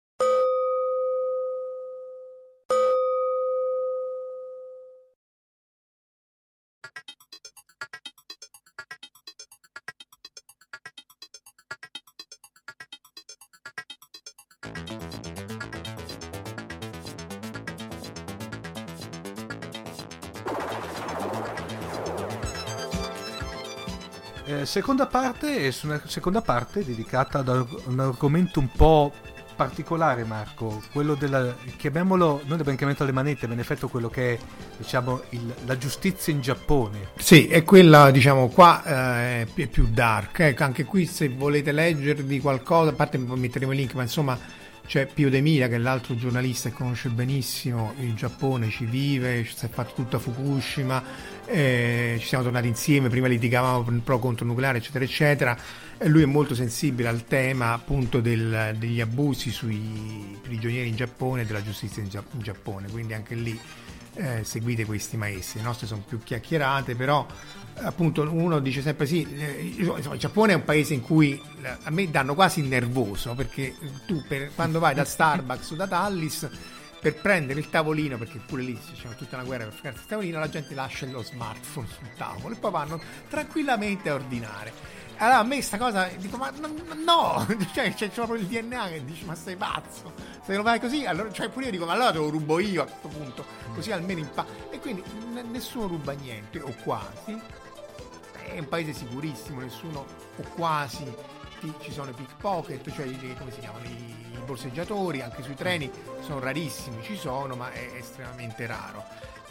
Seconda parte dedicata ad un argomento un po' particolare, Marco, quello chiamiamolo, noi abbiamo chiamato le manette, ma in effetti quello che è, diciamo, la giustizia in Giappone. Sì, è quella, diciamo, qua è più dark, anche qui se volete leggervi qualcosa, a parte metteremo il link, ma insomma c'è Pio De Mira, che è l'altro giornalista che conosce benissimo il Giappone, ci vive, si è fatto tutta Fukushima, ci siamo tornati insieme, prima litigavamo per il pro contro nucleare, eccetera eccetera, e lui è molto sensibile al tema appunto degli abusi sui prigionieri in Giappone e della giustizia in Giappone, quindi anche lì seguite questi maestri. Le nostre sono più chiacchierate, però appunto uno dice sempre sì, insomma, il Giappone è un paese in cui a me danno quasi il nervoso, perché tu quando vai da Starbucks o da Tallis per prendere il tavolino, perché pure lì c'è tutta una guerra per fregarsi il tavolino, la gente lascia lo smartphone sul tavolo e poi vanno tranquillamente a ordinare. Allora a me sta cosa dico, ma no, cioè c'è proprio il DNA che dice, ma sei pazzo, se lo fai così, allora, cioè pure io dico, ma allora te lo rubo io a questo punto, così almeno e quindi nessuno ruba niente, o quasi. È un paese sicurissimo, nessuno o quasi, ci sono i pickpocket, cioè come si chiamano, i borseggiatori, anche sui treni sono rarissimi, ci sono, ma è estremamente raro.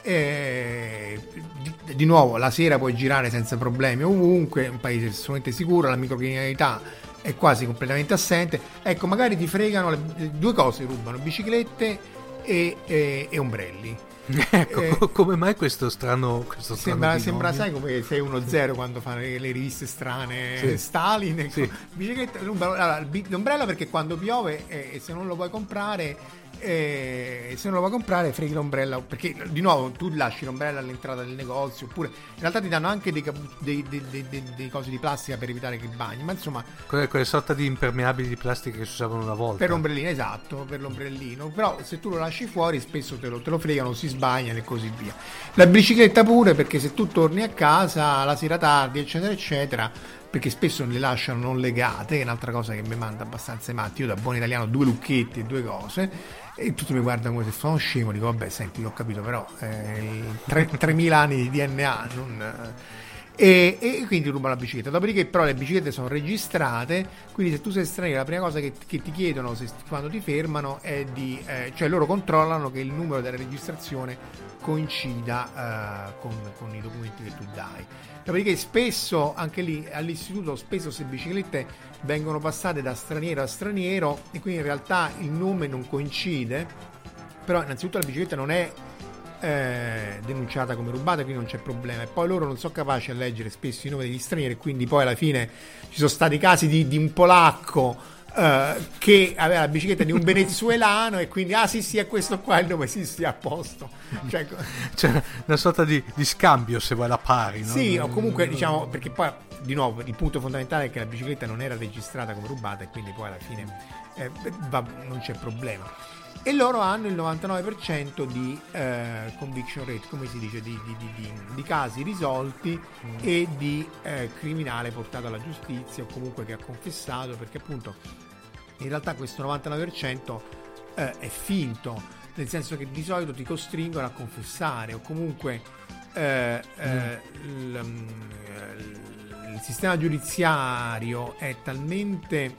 Di nuovo la sera puoi girare senza problemi ovunque, è un paese assolutamente sicuro, la microcriminalità è quasi completamente assente. Ecco, magari ti fregano due cose, rubano biciclette e ombrelli. Ecco, come mai questo strano sembra sai come 610 quando fanno le riviste strane, sì. Stalin, ecco. Sì. Bicicletta, l'ombrello perché quando piove e se non lo puoi comprare freghi l'ombrello, perché di nuovo tu lasci l'ombrello all'entrata del negozio, oppure in realtà ti danno anche dei cosi di plastica per evitare che bagni, ma insomma quelle sorta di impermeabili di plastica che si usavano una volta per l'ombrellino, esatto, per l'ombrellino, però se tu lo lasci fuori spesso te lo fregano, si sbagliano e così via. La bicicletta pure, perché se tu torni a casa la sera tardi eccetera eccetera, perché spesso le lasciano non legate, che è un'altra cosa che mi manda abbastanza ai matti. Io da buon italiano 2 lucchetti e 2 cose, e tutti mi guardano come se sono scemo, dico vabbè senti, ho capito, però 3.000 anni di DNA e quindi rubano la bicicletta. Dopodiché però le biciclette sono registrate, quindi se tu sei straniero la prima cosa che ti chiedono quando ti fermano è cioè loro controllano che il numero della registrazione coincida con i documenti che tu dai. Dopodiché spesso anche lì all'istituto spesso queste biciclette vengono passate da straniero a straniero e quindi in realtà il nome non coincide, però innanzitutto la bicicletta non è denunciata come rubata, quindi non c'è problema, e poi loro non sono capaci a leggere spesso i nomi degli stranieri, e quindi poi alla fine ci sono stati casi di un polacco che aveva la bicicletta di un venezuelano e quindi sì è questo qua il nome, sì a posto, cioè una sorta di scambio, se vuoi, la pari, no? Sì, o comunque diciamo, perché poi di nuovo il punto fondamentale è che la bicicletta non era registrata come rubata e quindi poi alla fine non c'è problema. E loro hanno il 99% di conviction rate, come si dice, di casi risolti e di criminale portato alla giustizia, o comunque che ha confessato, perché appunto in realtà questo 99% è finto, nel senso che di solito ti costringono a confessare, o comunque il sistema giudiziario è talmente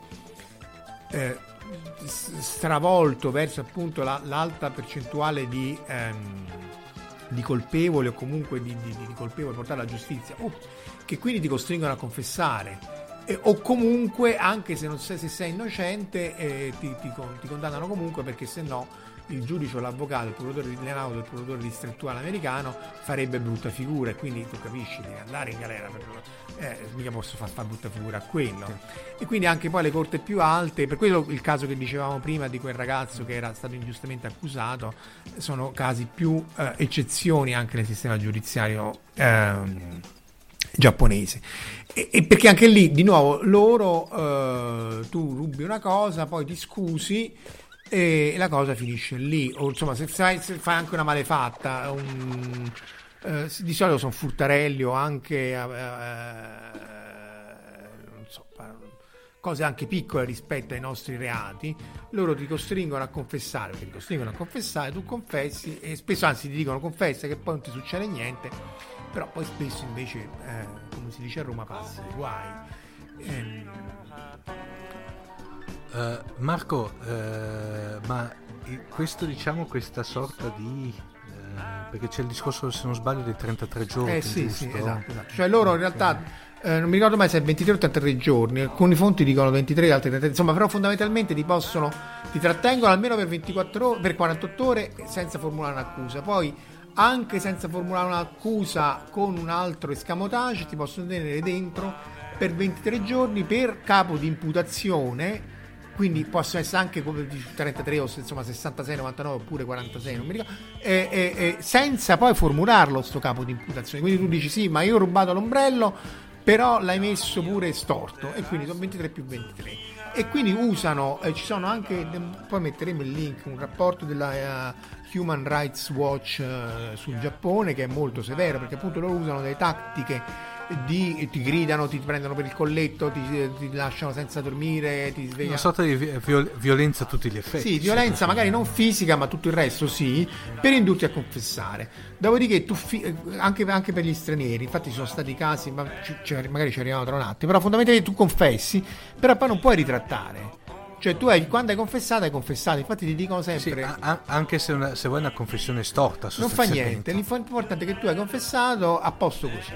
stravolto verso appunto l'alta percentuale di colpevoli, o comunque di colpevoli portati alla giustizia, che quindi ti costringono a confessare, o comunque anche se sei innocente ti condannano comunque, perché se no il giudice o l'avvocato, il procuratore il procuratore distrettuale americano farebbe brutta figura, e quindi tu capisci, devi andare in galera mica posso far brutta figura a quello. E quindi anche poi le corti più alte, per quello il caso che dicevamo prima di quel ragazzo che era stato ingiustamente accusato, sono casi più eccezioni anche nel sistema giudiziario giapponese, e perché anche lì di nuovo loro tu rubi una cosa, poi ti scusi e la cosa finisce lì, o insomma se fai anche una malefatta, di solito sono furtarelli o anche non so, cose anche piccole rispetto ai nostri reati, loro ti costringono a confessare, tu confessi, e spesso anzi ti dicono confessa che poi non ti succede niente, però poi spesso invece come si dice a Roma passi i guai. Marco, ma questo, diciamo, questa sorta di perché c'è il discorso, se non sbaglio, dei 33 giorni, sì, giusto? sì, esatto. Cioè loro in realtà non mi ricordo mai se è 23 o 33 giorni, alcuni fonti dicono 23, altri 33, insomma, però fondamentalmente ti trattengono almeno per 24 ore, per 48 ore senza formulare un'accusa, poi anche senza formulare un'accusa con un altro escamotage ti possono tenere dentro per 23 giorni per capo di imputazione, quindi possono essere anche come 33 o insomma 66, 99 oppure 46, non mi ricordo, senza poi formularlo sto capo di imputazione. Quindi tu dici sì, ma io ho rubato l'ombrello, però l'hai messo pure storto, e quindi sono 23 più 23. E quindi usano, ci sono anche, poi metteremo il link, un rapporto della Human Rights Watch sul Giappone, che è molto severo, perché appunto loro usano delle tattiche ti gridano, ti prendono per il colletto, ti lasciano senza dormire, ti svegliano. Una sorta di violenza a tutti gli effetti. Sì, violenza magari non fisica, ma tutto il resto sì, per indurti a confessare. Dopodiché tu anche per gli stranieri, infatti ci sono stati casi, ma magari ci arriviamo tra un attimo, però fondamentalmente tu confessi, però poi non puoi ritrattare. Cioè tu quando hai confessato, infatti ti dicono sempre anche se vuoi una confessione storta, non fa niente, l'importante è che tu hai confessato, a posto così,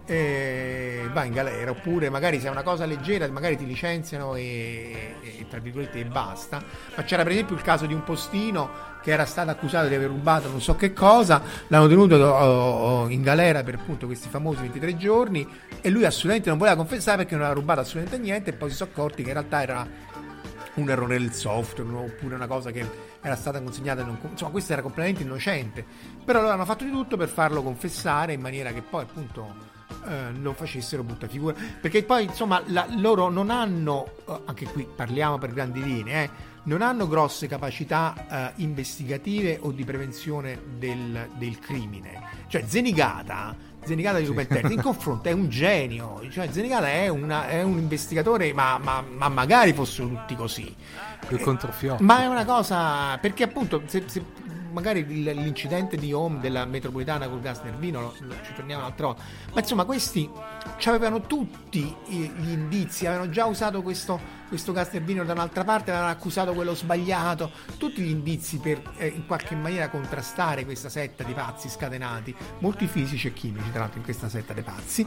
vai in galera, oppure magari se è una cosa leggera magari ti licenziano e tra virgolette e basta. Ma c'era per esempio il caso di un postino che era stato accusato di aver rubato non so che cosa, l'hanno tenuto in galera per appunto questi famosi 23 giorni e lui assolutamente non voleva confessare perché non aveva rubato assolutamente niente, e poi si sono accorti che in realtà era un errore del software oppure una cosa che era stata consegnata insomma questo era completamente innocente, però loro hanno fatto di tutto per farlo confessare in maniera che poi appunto non facessero brutta figura, perché poi insomma loro non hanno, anche qui parliamo per grandi linee, non hanno grosse capacità investigative o di prevenzione del crimine. Cioè Zenigata di Ruben Terzi in confronto è un genio, cioè Zenigata è un investigatore, ma magari fossero tutti così, il controfiocco. ma è una cosa, perché appunto se magari l'incidente di Home della metropolitana col gas nervino ci torniamo un'altra volta, ma insomma questi avevano tutti gli indizi, avevano già usato questo gas nervino da un'altra parte, avevano accusato quello sbagliato, tutti gli indizi per in qualche maniera contrastare questa setta di pazzi scatenati, molti fisici e chimici tra l'altro in questa setta dei pazzi,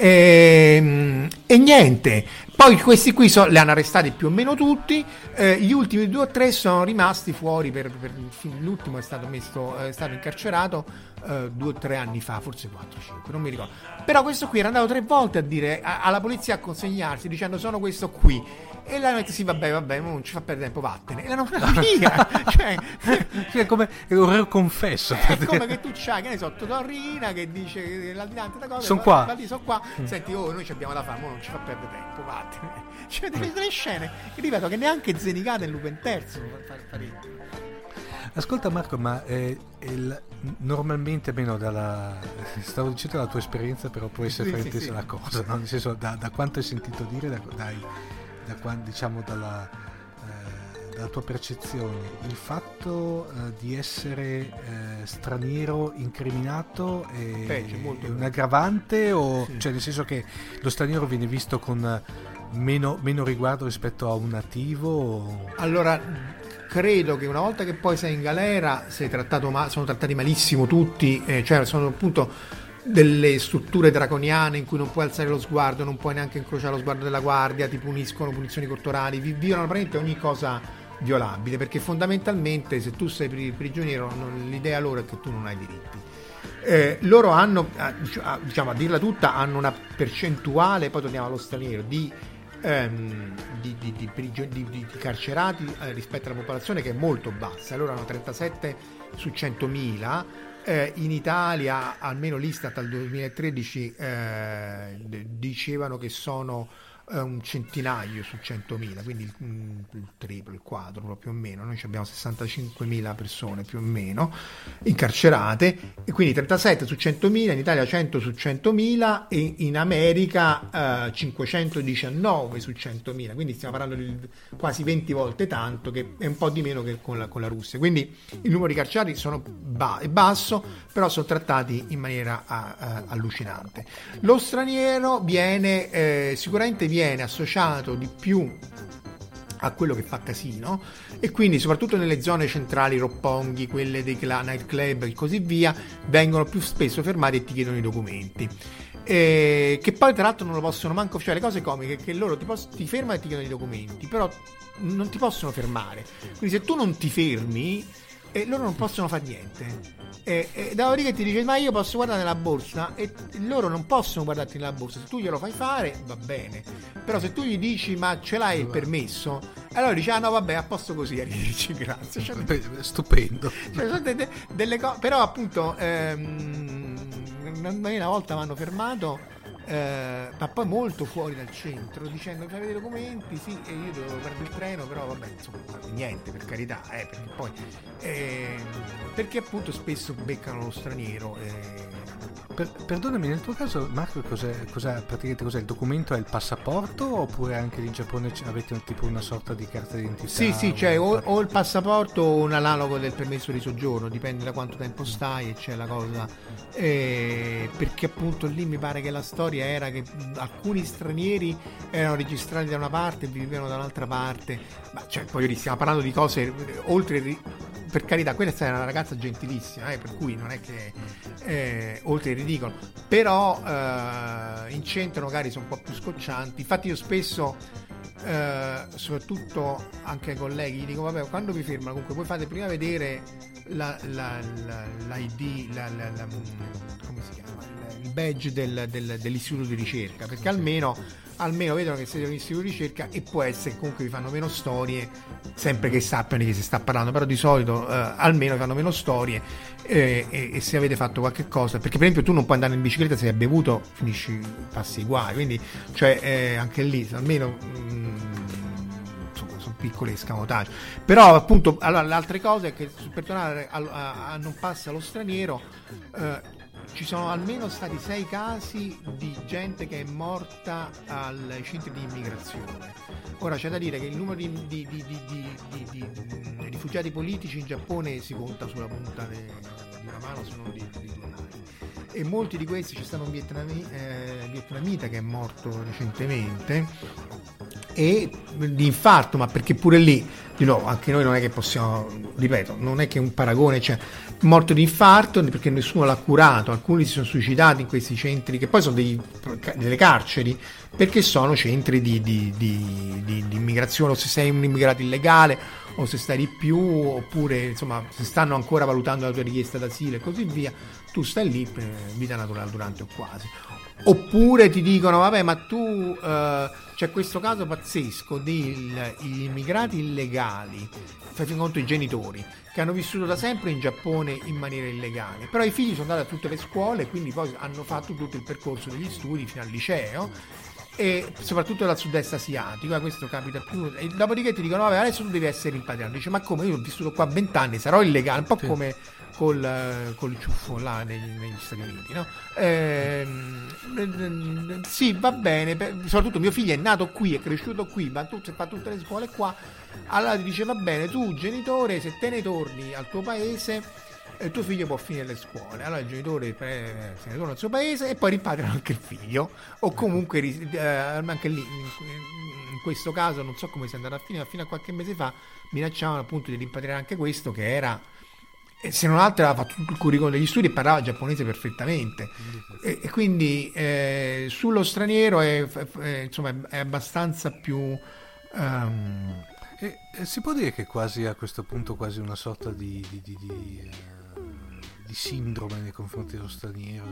e niente, poi questi qui li hanno arrestati più o meno tutti, gli ultimi 2 o 3 sono rimasti fuori per l'ultimo è stato incarcerato 2 o 3 anni fa, forse 4-5, non mi ricordo, però questo qui era andato 3 volte a dire alla polizia, a consegnarsi dicendo sono questo qui, e l'hanno detto sì vabbè non ci fa perdere tempo, vattene, e l'hanno mandato via. Cioè è come un confesso, è come che tu c'hai, che ne so, Torrina che dice che la dinante da cosa sono qua, senti, noi ci abbiamo da fare, non ci fa perdere tempo, vattene. Cioè delle scene, ripeto, che neanche Zenigata e Ruben Terzi farebbero. Ascolta Marco, ma normalmente, almeno stavo dicendo la tua esperienza, però può essere fraintesa la cosa, no? Nel senso, da quanto hai sentito dire, diciamo dalla tua percezione, il fatto di essere straniero incriminato è un aggravante, o cioè nel senso che lo straniero viene visto con meno riguardo rispetto a un nativo? Allora credo che una volta che poi sei in galera sei sono trattati malissimo tutti, cioè sono appunto delle strutture draconiane in cui non puoi alzare lo sguardo, non puoi neanche incrociare lo sguardo della guardia, ti puniscono punizioni corporali, violano praticamente ogni cosa violabile, perché fondamentalmente se tu sei prigioniero l'idea loro è che tu non hai diritti. Loro hanno, diciamo, a dirla tutta, hanno una percentuale, poi torniamo allo straniero, di carcerati rispetto alla popolazione che è molto bassa. Loro hanno 37 su 100.000. In Italia, almeno l'Istat al 2013 dicevano che sono un centinaio su 100.000, quindi il triplo, il quadruplo più o meno. Noi abbiamo 65.000 persone più o meno incarcerate, e quindi 37 su 100.000, in Italia 100 su 100.000 e in America 519 su 100.000, quindi stiamo parlando di quasi 20 volte tanto, che è un po' di meno che con la Russia. Quindi il numero di carcerati è basso, però sono trattati in maniera allucinante. Lo straniero sicuramente viene associato di più a quello che fa casino, e quindi soprattutto nelle zone centrali, Roppongi, quelle dei night club e così via, vengono più spesso fermati e ti chiedono i documenti, che poi tra l'altro non lo possono manco, cioè le cose comiche che loro ti fermano e ti chiedono i documenti, però non ti possono fermare, quindi se tu non ti fermi loro non possono fare niente. Dopodiché ti dice: ma io posso guardare nella borsa, e loro non possono guardarti nella borsa. Se tu glielo fai fare va bene, però se tu gli dici: ma ce l'hai il permesso, allora dice: ah no, vabbè, a posto così, arrivederci, grazie. Stupendo. Sono delle cose, però appunto una volta mi hanno fermato, ma poi molto fuori dal centro, dicendo: avete i documenti? Sì, e io dovevo prendere il treno, però vabbè, insomma, niente, per carità, perché poi perché appunto spesso beccano lo straniero. Perdonami, nel tuo caso, Marco, praticamente cos'è? Il documento è il passaporto, oppure anche in Giappone avete tipo una sorta di carta d'identità? Sì, cioè o il passaporto o un analogo del permesso di soggiorno, dipende da quanto tempo stai, e c'è la cosa, perché appunto lì mi pare che la storia era che alcuni stranieri erano registrati da una parte e vivevano da un'altra parte, ma cioè poi stiamo parlando di cose per carità, questa è una ragazza gentilissima, per cui non è che oltre il ridicolo, però in centro magari sono un po' più scoccianti. Infatti io spesso, soprattutto anche ai colleghi, gli dico: vabbè, quando vi fermano comunque voi fate prima vedere l'ID, come si chiama, il badge dell'istituto di ricerca, perché almeno vedono che siete un istituto di ricerca, e può essere che comunque vi fanno meno storie, sempre che sappiano di che si sta parlando, però di solito almeno fanno meno storie, e se avete fatto qualche cosa, perché per esempio tu non puoi andare in bicicletta se hai bevuto, passi i guai, quindi cioè anche lì almeno sono piccoli escamotage. Però appunto, allora, le altre cose è che, per tornare a non passa allo straniero, ci sono almeno stati 6 casi di gente che è morta ai centri di immigrazione. Ora c'è da dire che il numero di rifugiati politici in Giappone si conta sulla punta di una mano, sono di 2 anni, e molti di questi, c'è stato un vietnamita che è morto recentemente, e di infarto, ma perché pure lì di nuovo anche noi non è che possiamo, ripeto, non è che un paragone, cioè morto di infarto perché nessuno l'ha curato, alcuni si sono suicidati in questi centri, che poi sono delle carceri, perché sono centri di immigrazione, o se sei un immigrato illegale, o se stai di più, oppure insomma se stanno ancora valutando la tua richiesta d'asilo e così via, tu stai lì per vita naturale durante o quasi. Oppure ti dicono: vabbè, ma tu c'è questo caso pazzesco degli immigrati illegali, fai conto i genitori che hanno vissuto da sempre in Giappone in maniera illegale, però i figli sono andati a tutte le scuole, quindi poi hanno fatto tutto il percorso degli studi fino al liceo, e soprattutto dal sud-est asiatico, questo capita più, e dopodiché ti dicono: vabbè, adesso tu devi essere rimpatriato. Dice: ma come, io ho vissuto qua 20 anni, sarò illegale, un po' sì, come col ciuffo là negli Stati Uniti, no? Sì, va bene, soprattutto mio figlio è nato qui, è cresciuto qui, fa tutte le scuole qua. Allora ti dice: va bene, tu genitore, se te ne torni al tuo paese, tuo figlio può finire le scuole. Allora il genitore se ne torna al suo paese e poi rimpatriano anche il figlio, o comunque anche lì in questo caso non so come sia andato a finire, ma fino a qualche mese fa minacciavano appunto di rimpatriare anche questo, che era, se non altro, aveva fatto tutto il curriculum degli studi e parlava giapponese perfettamente, e quindi sullo straniero insomma è abbastanza più Si può dire che quasi a questo punto quasi una sorta di sindrome nei confronti dello straniero,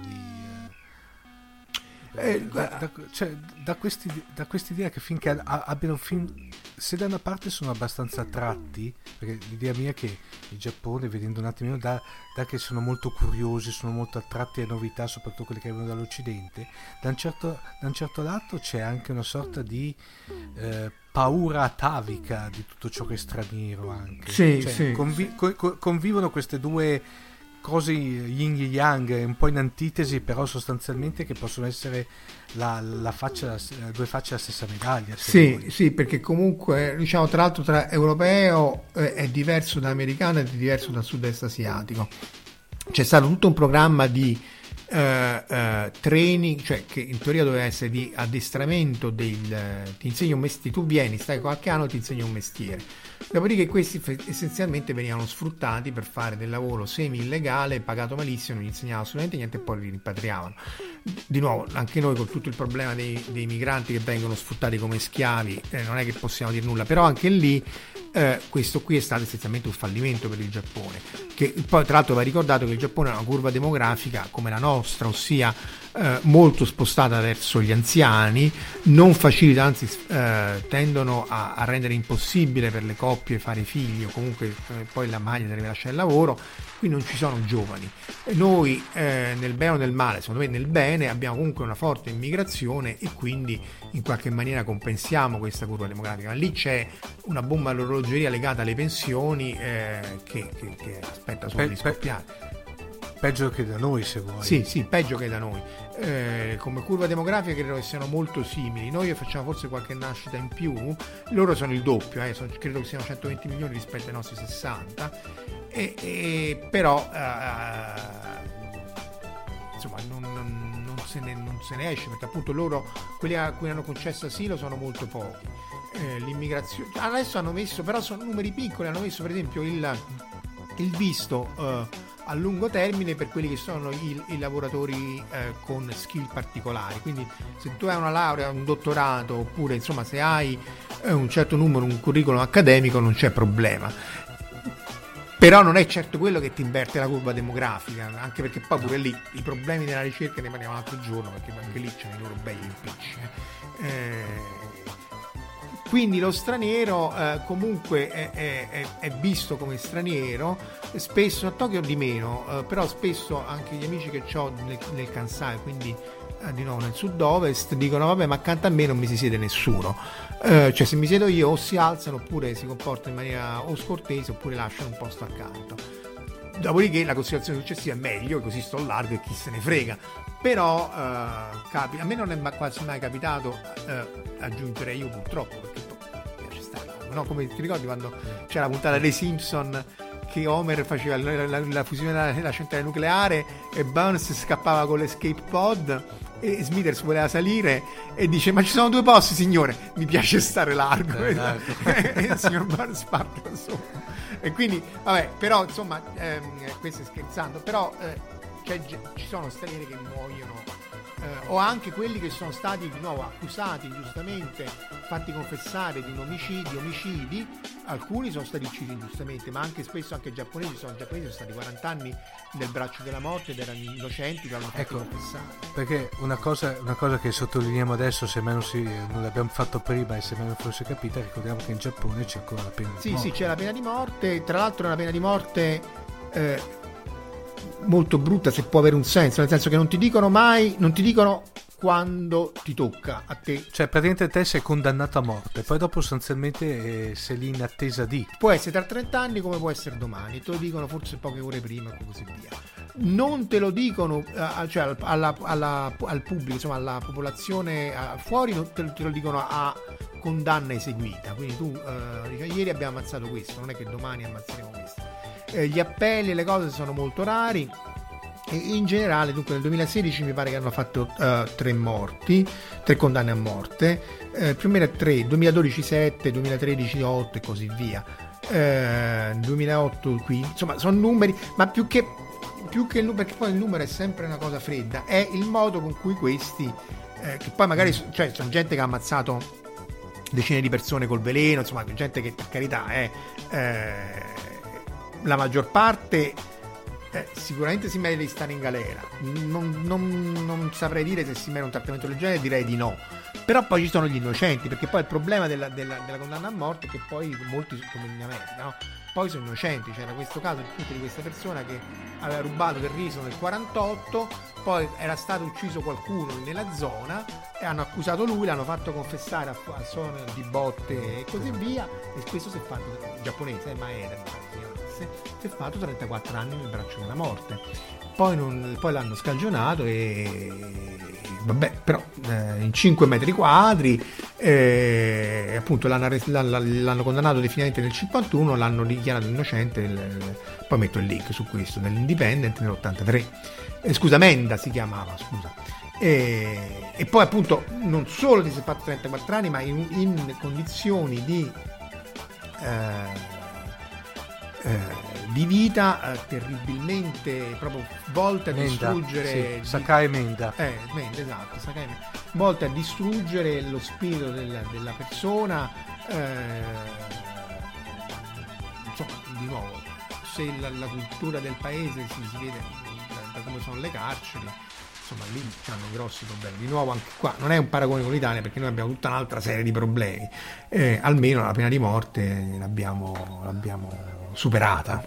da quest'idea che finché abbiano se da una parte sono abbastanza attratti, perché l'idea mia è che il Giappone, vedendo un attimino, da che sono molto curiosi, sono molto attratti a novità, soprattutto quelle che arrivano dall'Occidente, da un certo lato c'è anche una sorta di paura atavica di tutto ciò che è straniero anche. Convivono queste due cose yin e yang, un po' in antitesi, però sostanzialmente che possono essere due facce della stessa medaglia. Sì, perché comunque diciamo tra l'altro tra europeo è diverso da americano ed è diverso dal sud-est asiatico. C'è stato tutto un programma di training, cioè che in teoria doveva essere di addestramento ti insegno un mestiere, tu vieni, stai qualche anno, ti insegno un mestiere. Dopodiché questi essenzialmente venivano sfruttati per fare del lavoro semi-illegale, pagato malissimo, non gli insegnavano assolutamente niente e poi li rimpatriavano. Di nuovo, anche noi con tutto il problema dei migranti che vengono sfruttati come schiavi, non è che possiamo dire nulla, però anche lì questo qui è stato essenzialmente un fallimento per il Giappone, che poi tra l'altro va ricordato che il Giappone ha una curva demografica come la nostra, ossia molto spostata verso gli anziani, non facilita, anzi tendono a rendere impossibile per le coppie fare figli, o comunque poi la maglia deve lasciare il lavoro, qui non ci sono giovani. Noi nel bene o nel male, secondo me nel bene, abbiamo comunque una forte immigrazione e quindi in qualche maniera compensiamo questa curva demografica, ma lì c'è una bomba all'orologeria legata alle pensioni che aspetta solo di scoppiare. Peggio che da noi, se vuoi. Sì, peggio che da noi. Come curva demografica credo che siano molto simili. Noi facciamo forse qualche nascita in più, loro sono il doppio, credo che siano 120 milioni rispetto ai nostri 60, però insomma non se ne esce, perché appunto loro, quelli a cui hanno concesso asilo sono molto pochi. L'immigrazione adesso hanno messo, però sono numeri piccoli, hanno messo per esempio il visto a lungo termine per quelli che sono i lavoratori con skill particolari, quindi se tu hai una laurea, un dottorato, oppure insomma se hai un certo numero, un curriculum accademico, non c'è problema. Però non è certo quello che ti inverte la curva demografica, anche perché poi pure lì i problemi della ricerca ne parliamo un altro giorno, perché anche lì c'è i loro begli impicci. Quindi lo straniero comunque è visto come straniero, spesso a Tokyo di meno, però spesso anche gli amici che ho nel Kansai, quindi di nuovo nel sud-ovest, dicono vabbè, ma accanto a me non mi si siede nessuno, cioè se mi siedo io o si alzano oppure si comportano in maniera o scortese oppure lasciano un posto accanto. Dopodiché la considerazione successiva è meglio, così sto largo e chi se ne frega. Però capita, a me non è quasi mai capitato, aggiungerei io purtroppo, perché piace stare, no? Come ti ricordi quando c'era la puntata dei Simpson che Homer faceva la fusione della centrale nucleare e Burns scappava con l'escape pod e Smithers voleva salire e dice ma ci sono due posti signore, mi piace stare largo, e il signor Burns parte da solo. E quindi vabbè, però insomma questo è scherzando, però ci sono stranieri che muoiono, o anche quelli che sono stati di nuovo accusati ingiustamente, fatti confessare di omicidi, alcuni sono stati uccisi ingiustamente, ma anche spesso anche giapponesi sono stati 40 anni nel braccio della morte ed erano innocenti, che l'hanno fatto confessare. Perché una cosa che sottolineiamo adesso, se mai non l'abbiamo fatto prima e se mai non fosse capita, ricordiamo che in Giappone c'è ancora la pena di morte. Sì, c'è la pena di morte, tra l'altro è una pena di morte molto brutta, se può avere un senso, nel senso che non ti dicono quando ti tocca a te, cioè praticamente te sei condannato a morte, poi dopo sostanzialmente sei lì in attesa di, può essere tra 30 anni come può essere domani, te lo dicono forse poche ore prima e così via, non te lo dicono cioè al pubblico, insomma alla popolazione fuori, non te lo dicono a condanna eseguita, quindi tu dici ieri abbiamo ammazzato questo, non è che domani ammazzeremo questo. Gli appelli e le cose sono molto rari e in generale, dunque nel 2016 mi pare che hanno fatto 3 condanne a morte, più o meno 3, 2012 7, 2013 8 e così via, 2008 qui, insomma sono numeri, ma più che il numero, perché poi il numero è sempre una cosa fredda, è il modo con cui questi che poi magari, cioè sono gente che ha ammazzato decine di persone col veleno, insomma gente che per carità è la maggior parte sicuramente si merita di stare in galera, non saprei dire se si merita un trattamento del genere, direi di no, però poi ci sono gli innocenti, perché poi il problema della condanna a morte è che poi molti, come in America, no? Poi sono innocenti. C'era questo caso di questa persona che aveva rubato del riso nel 48, poi era stato ucciso qualcuno nella zona e hanno accusato lui, l'hanno fatto confessare a suono di botte e così via, e questo si è fatto, giapponese, Maeda, si è fatto 34 anni nel braccio della morte. Poi l'hanno scagionato e vabbè, però in 5 metri quadri, appunto l'hanno condannato definitivamente nel 51, l'hanno dichiarato innocente, poi metto il link su questo, nell'Independent nell'83, scusa, Menda si chiamava, scusa. E poi appunto non solo si è fatto 34 anni, ma in condizioni di vita terribilmente proprio volte a distruggere, sì, Sakae Menda, esatto, Sakae Menda, volte a distruggere lo spirito della persona, insomma, di nuovo, se la cultura del paese si vede da come sono le carceri, insomma lì hanno grossi problemi. Di nuovo anche qua non è un paragone con l'Italia, perché noi abbiamo tutta un'altra serie di problemi, almeno la pena di morte l'abbiamo superata.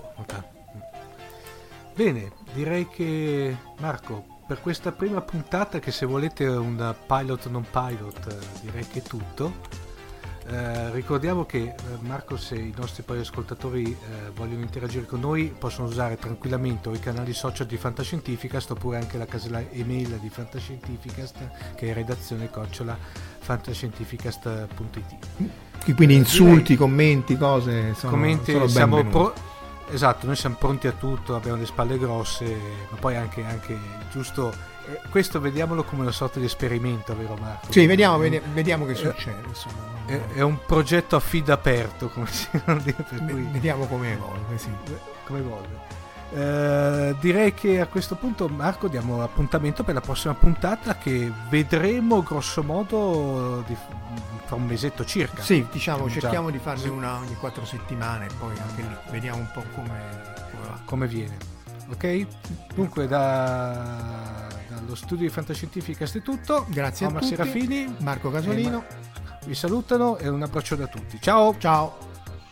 Bene, direi che Marco, per questa prima puntata, che se volete un pilot non pilot, direi che è tutto. Ricordiamo che Marco, se i nostri poi ascoltatori vogliono interagire con noi, possono usare tranquillamente o i canali social di Fantascientificast oppure anche la casella email di Fantascientificast, che è redazione@fantascientificast.it. Quindi insulti, commenti, cose sono siamo esatto, noi siamo pronti a tutto, abbiamo le spalle grosse, ma poi anche giusto, questo vediamolo come una sorta di esperimento, vero Marco? Sì, vediamo che succede, insomma. È un progetto a feed aperto, come si può dire, per cui vediamo come evolve, sì. Come evolve. Direi che a questo punto, Marco, diamo appuntamento per la prossima puntata, che vedremo grosso modo fra un mesetto circa. Sì, diciamo, cerchiamo di farne una ogni 4 settimane, poi anche lì vediamo un po' come viene. Ok? Dunque dallo studio di Fantascientificast è tutto. Grazie Omar a tutti. Serafini, Marco Casolino vi salutano e un abbraccio da tutti. Ciao. Ciao.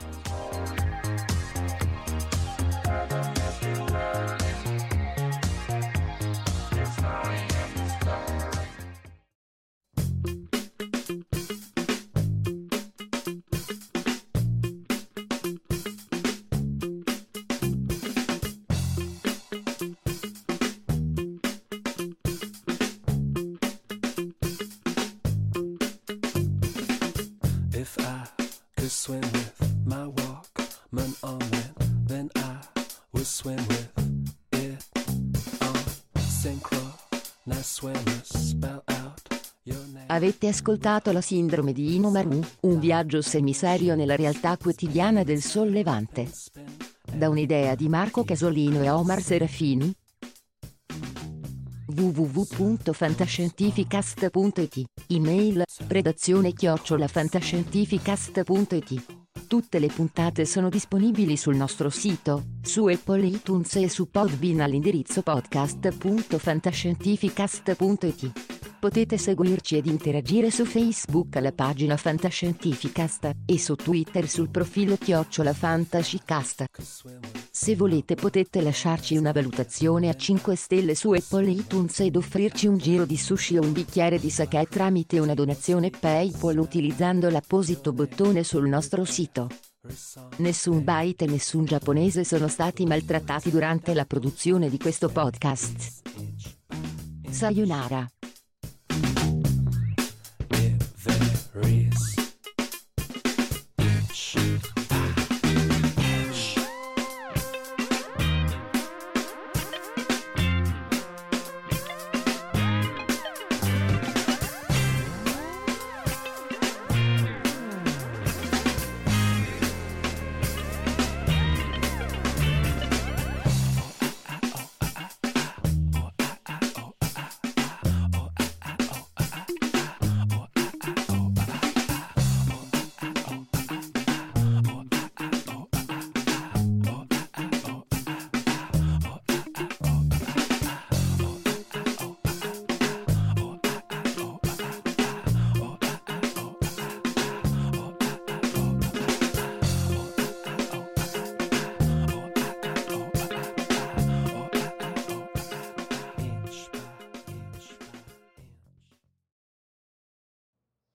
Avete ascoltato La sindrome di Inomaru, un viaggio semiserio nella realtà quotidiana del Sollevante. Da un'idea di Marco Casolino e Omar Serafini. www.fantascientificast.it. Email redazione@fantascientificast.it. Tutte le puntate sono disponibili sul nostro sito, su Apple iTunes e su Podbean all'indirizzo podcast.fantascientificast.it. Potete seguirci ed interagire su Facebook alla pagina Fantascientificast e su Twitter sul profilo @Fantascicast. Se volete potete lasciarci una valutazione a 5 stelle su Apple iTunes ed offrirci un giro di sushi o un bicchiere di sake tramite una donazione PayPal utilizzando l'apposito bottone sul nostro sito. Nessun byte e nessun giapponese sono stati maltrattati durante la produzione di questo podcast. Sayonara.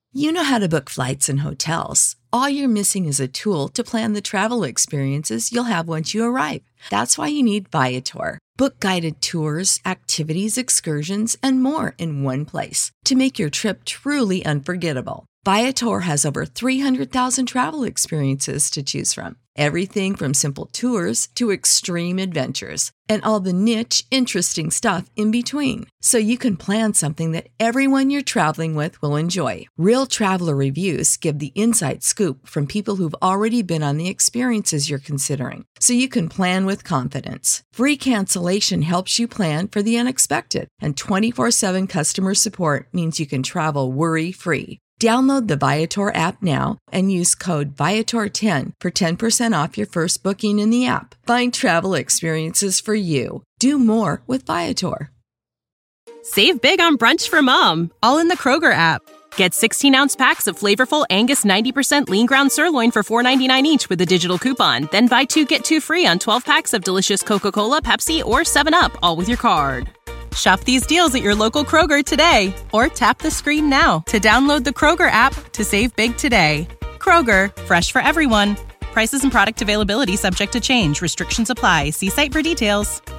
You know how to book flights and hotels. All you're missing is a tool to plan the travel experiences you'll have once you arrive. That's why you need Viator. Book guided tours, activities, excursions, and more in one place to make your trip truly unforgettable. Viator has over 300,000 travel experiences to choose from. Everything from simple tours to extreme adventures and all the niche, interesting stuff in between. So you can plan something that everyone you're traveling with will enjoy. Real traveler reviews give the inside scoop from people who've already been on the experiences you're considering. So you can plan with confidence. Free cancellation helps you plan for the unexpected. And 24/7 customer support means you can travel worry-free. Download the Viator app now and use code Viator10 for 10% off your first booking in the app. Find travel experiences for you. Do more with Viator. Save big on brunch for mom, all in the Kroger app. Get 16-ounce packs of flavorful Angus 90% lean ground sirloin for $4.99 each with a digital coupon. Then buy 2, get 2 free on 12 packs of delicious Coca-Cola, Pepsi, or 7-Up, all with your card. Shop these deals at your local Kroger today, or tap the screen now to download the Kroger app to save big today. Kroger, fresh for everyone. Prices and product availability subject to change. Restrictions apply. See site for details.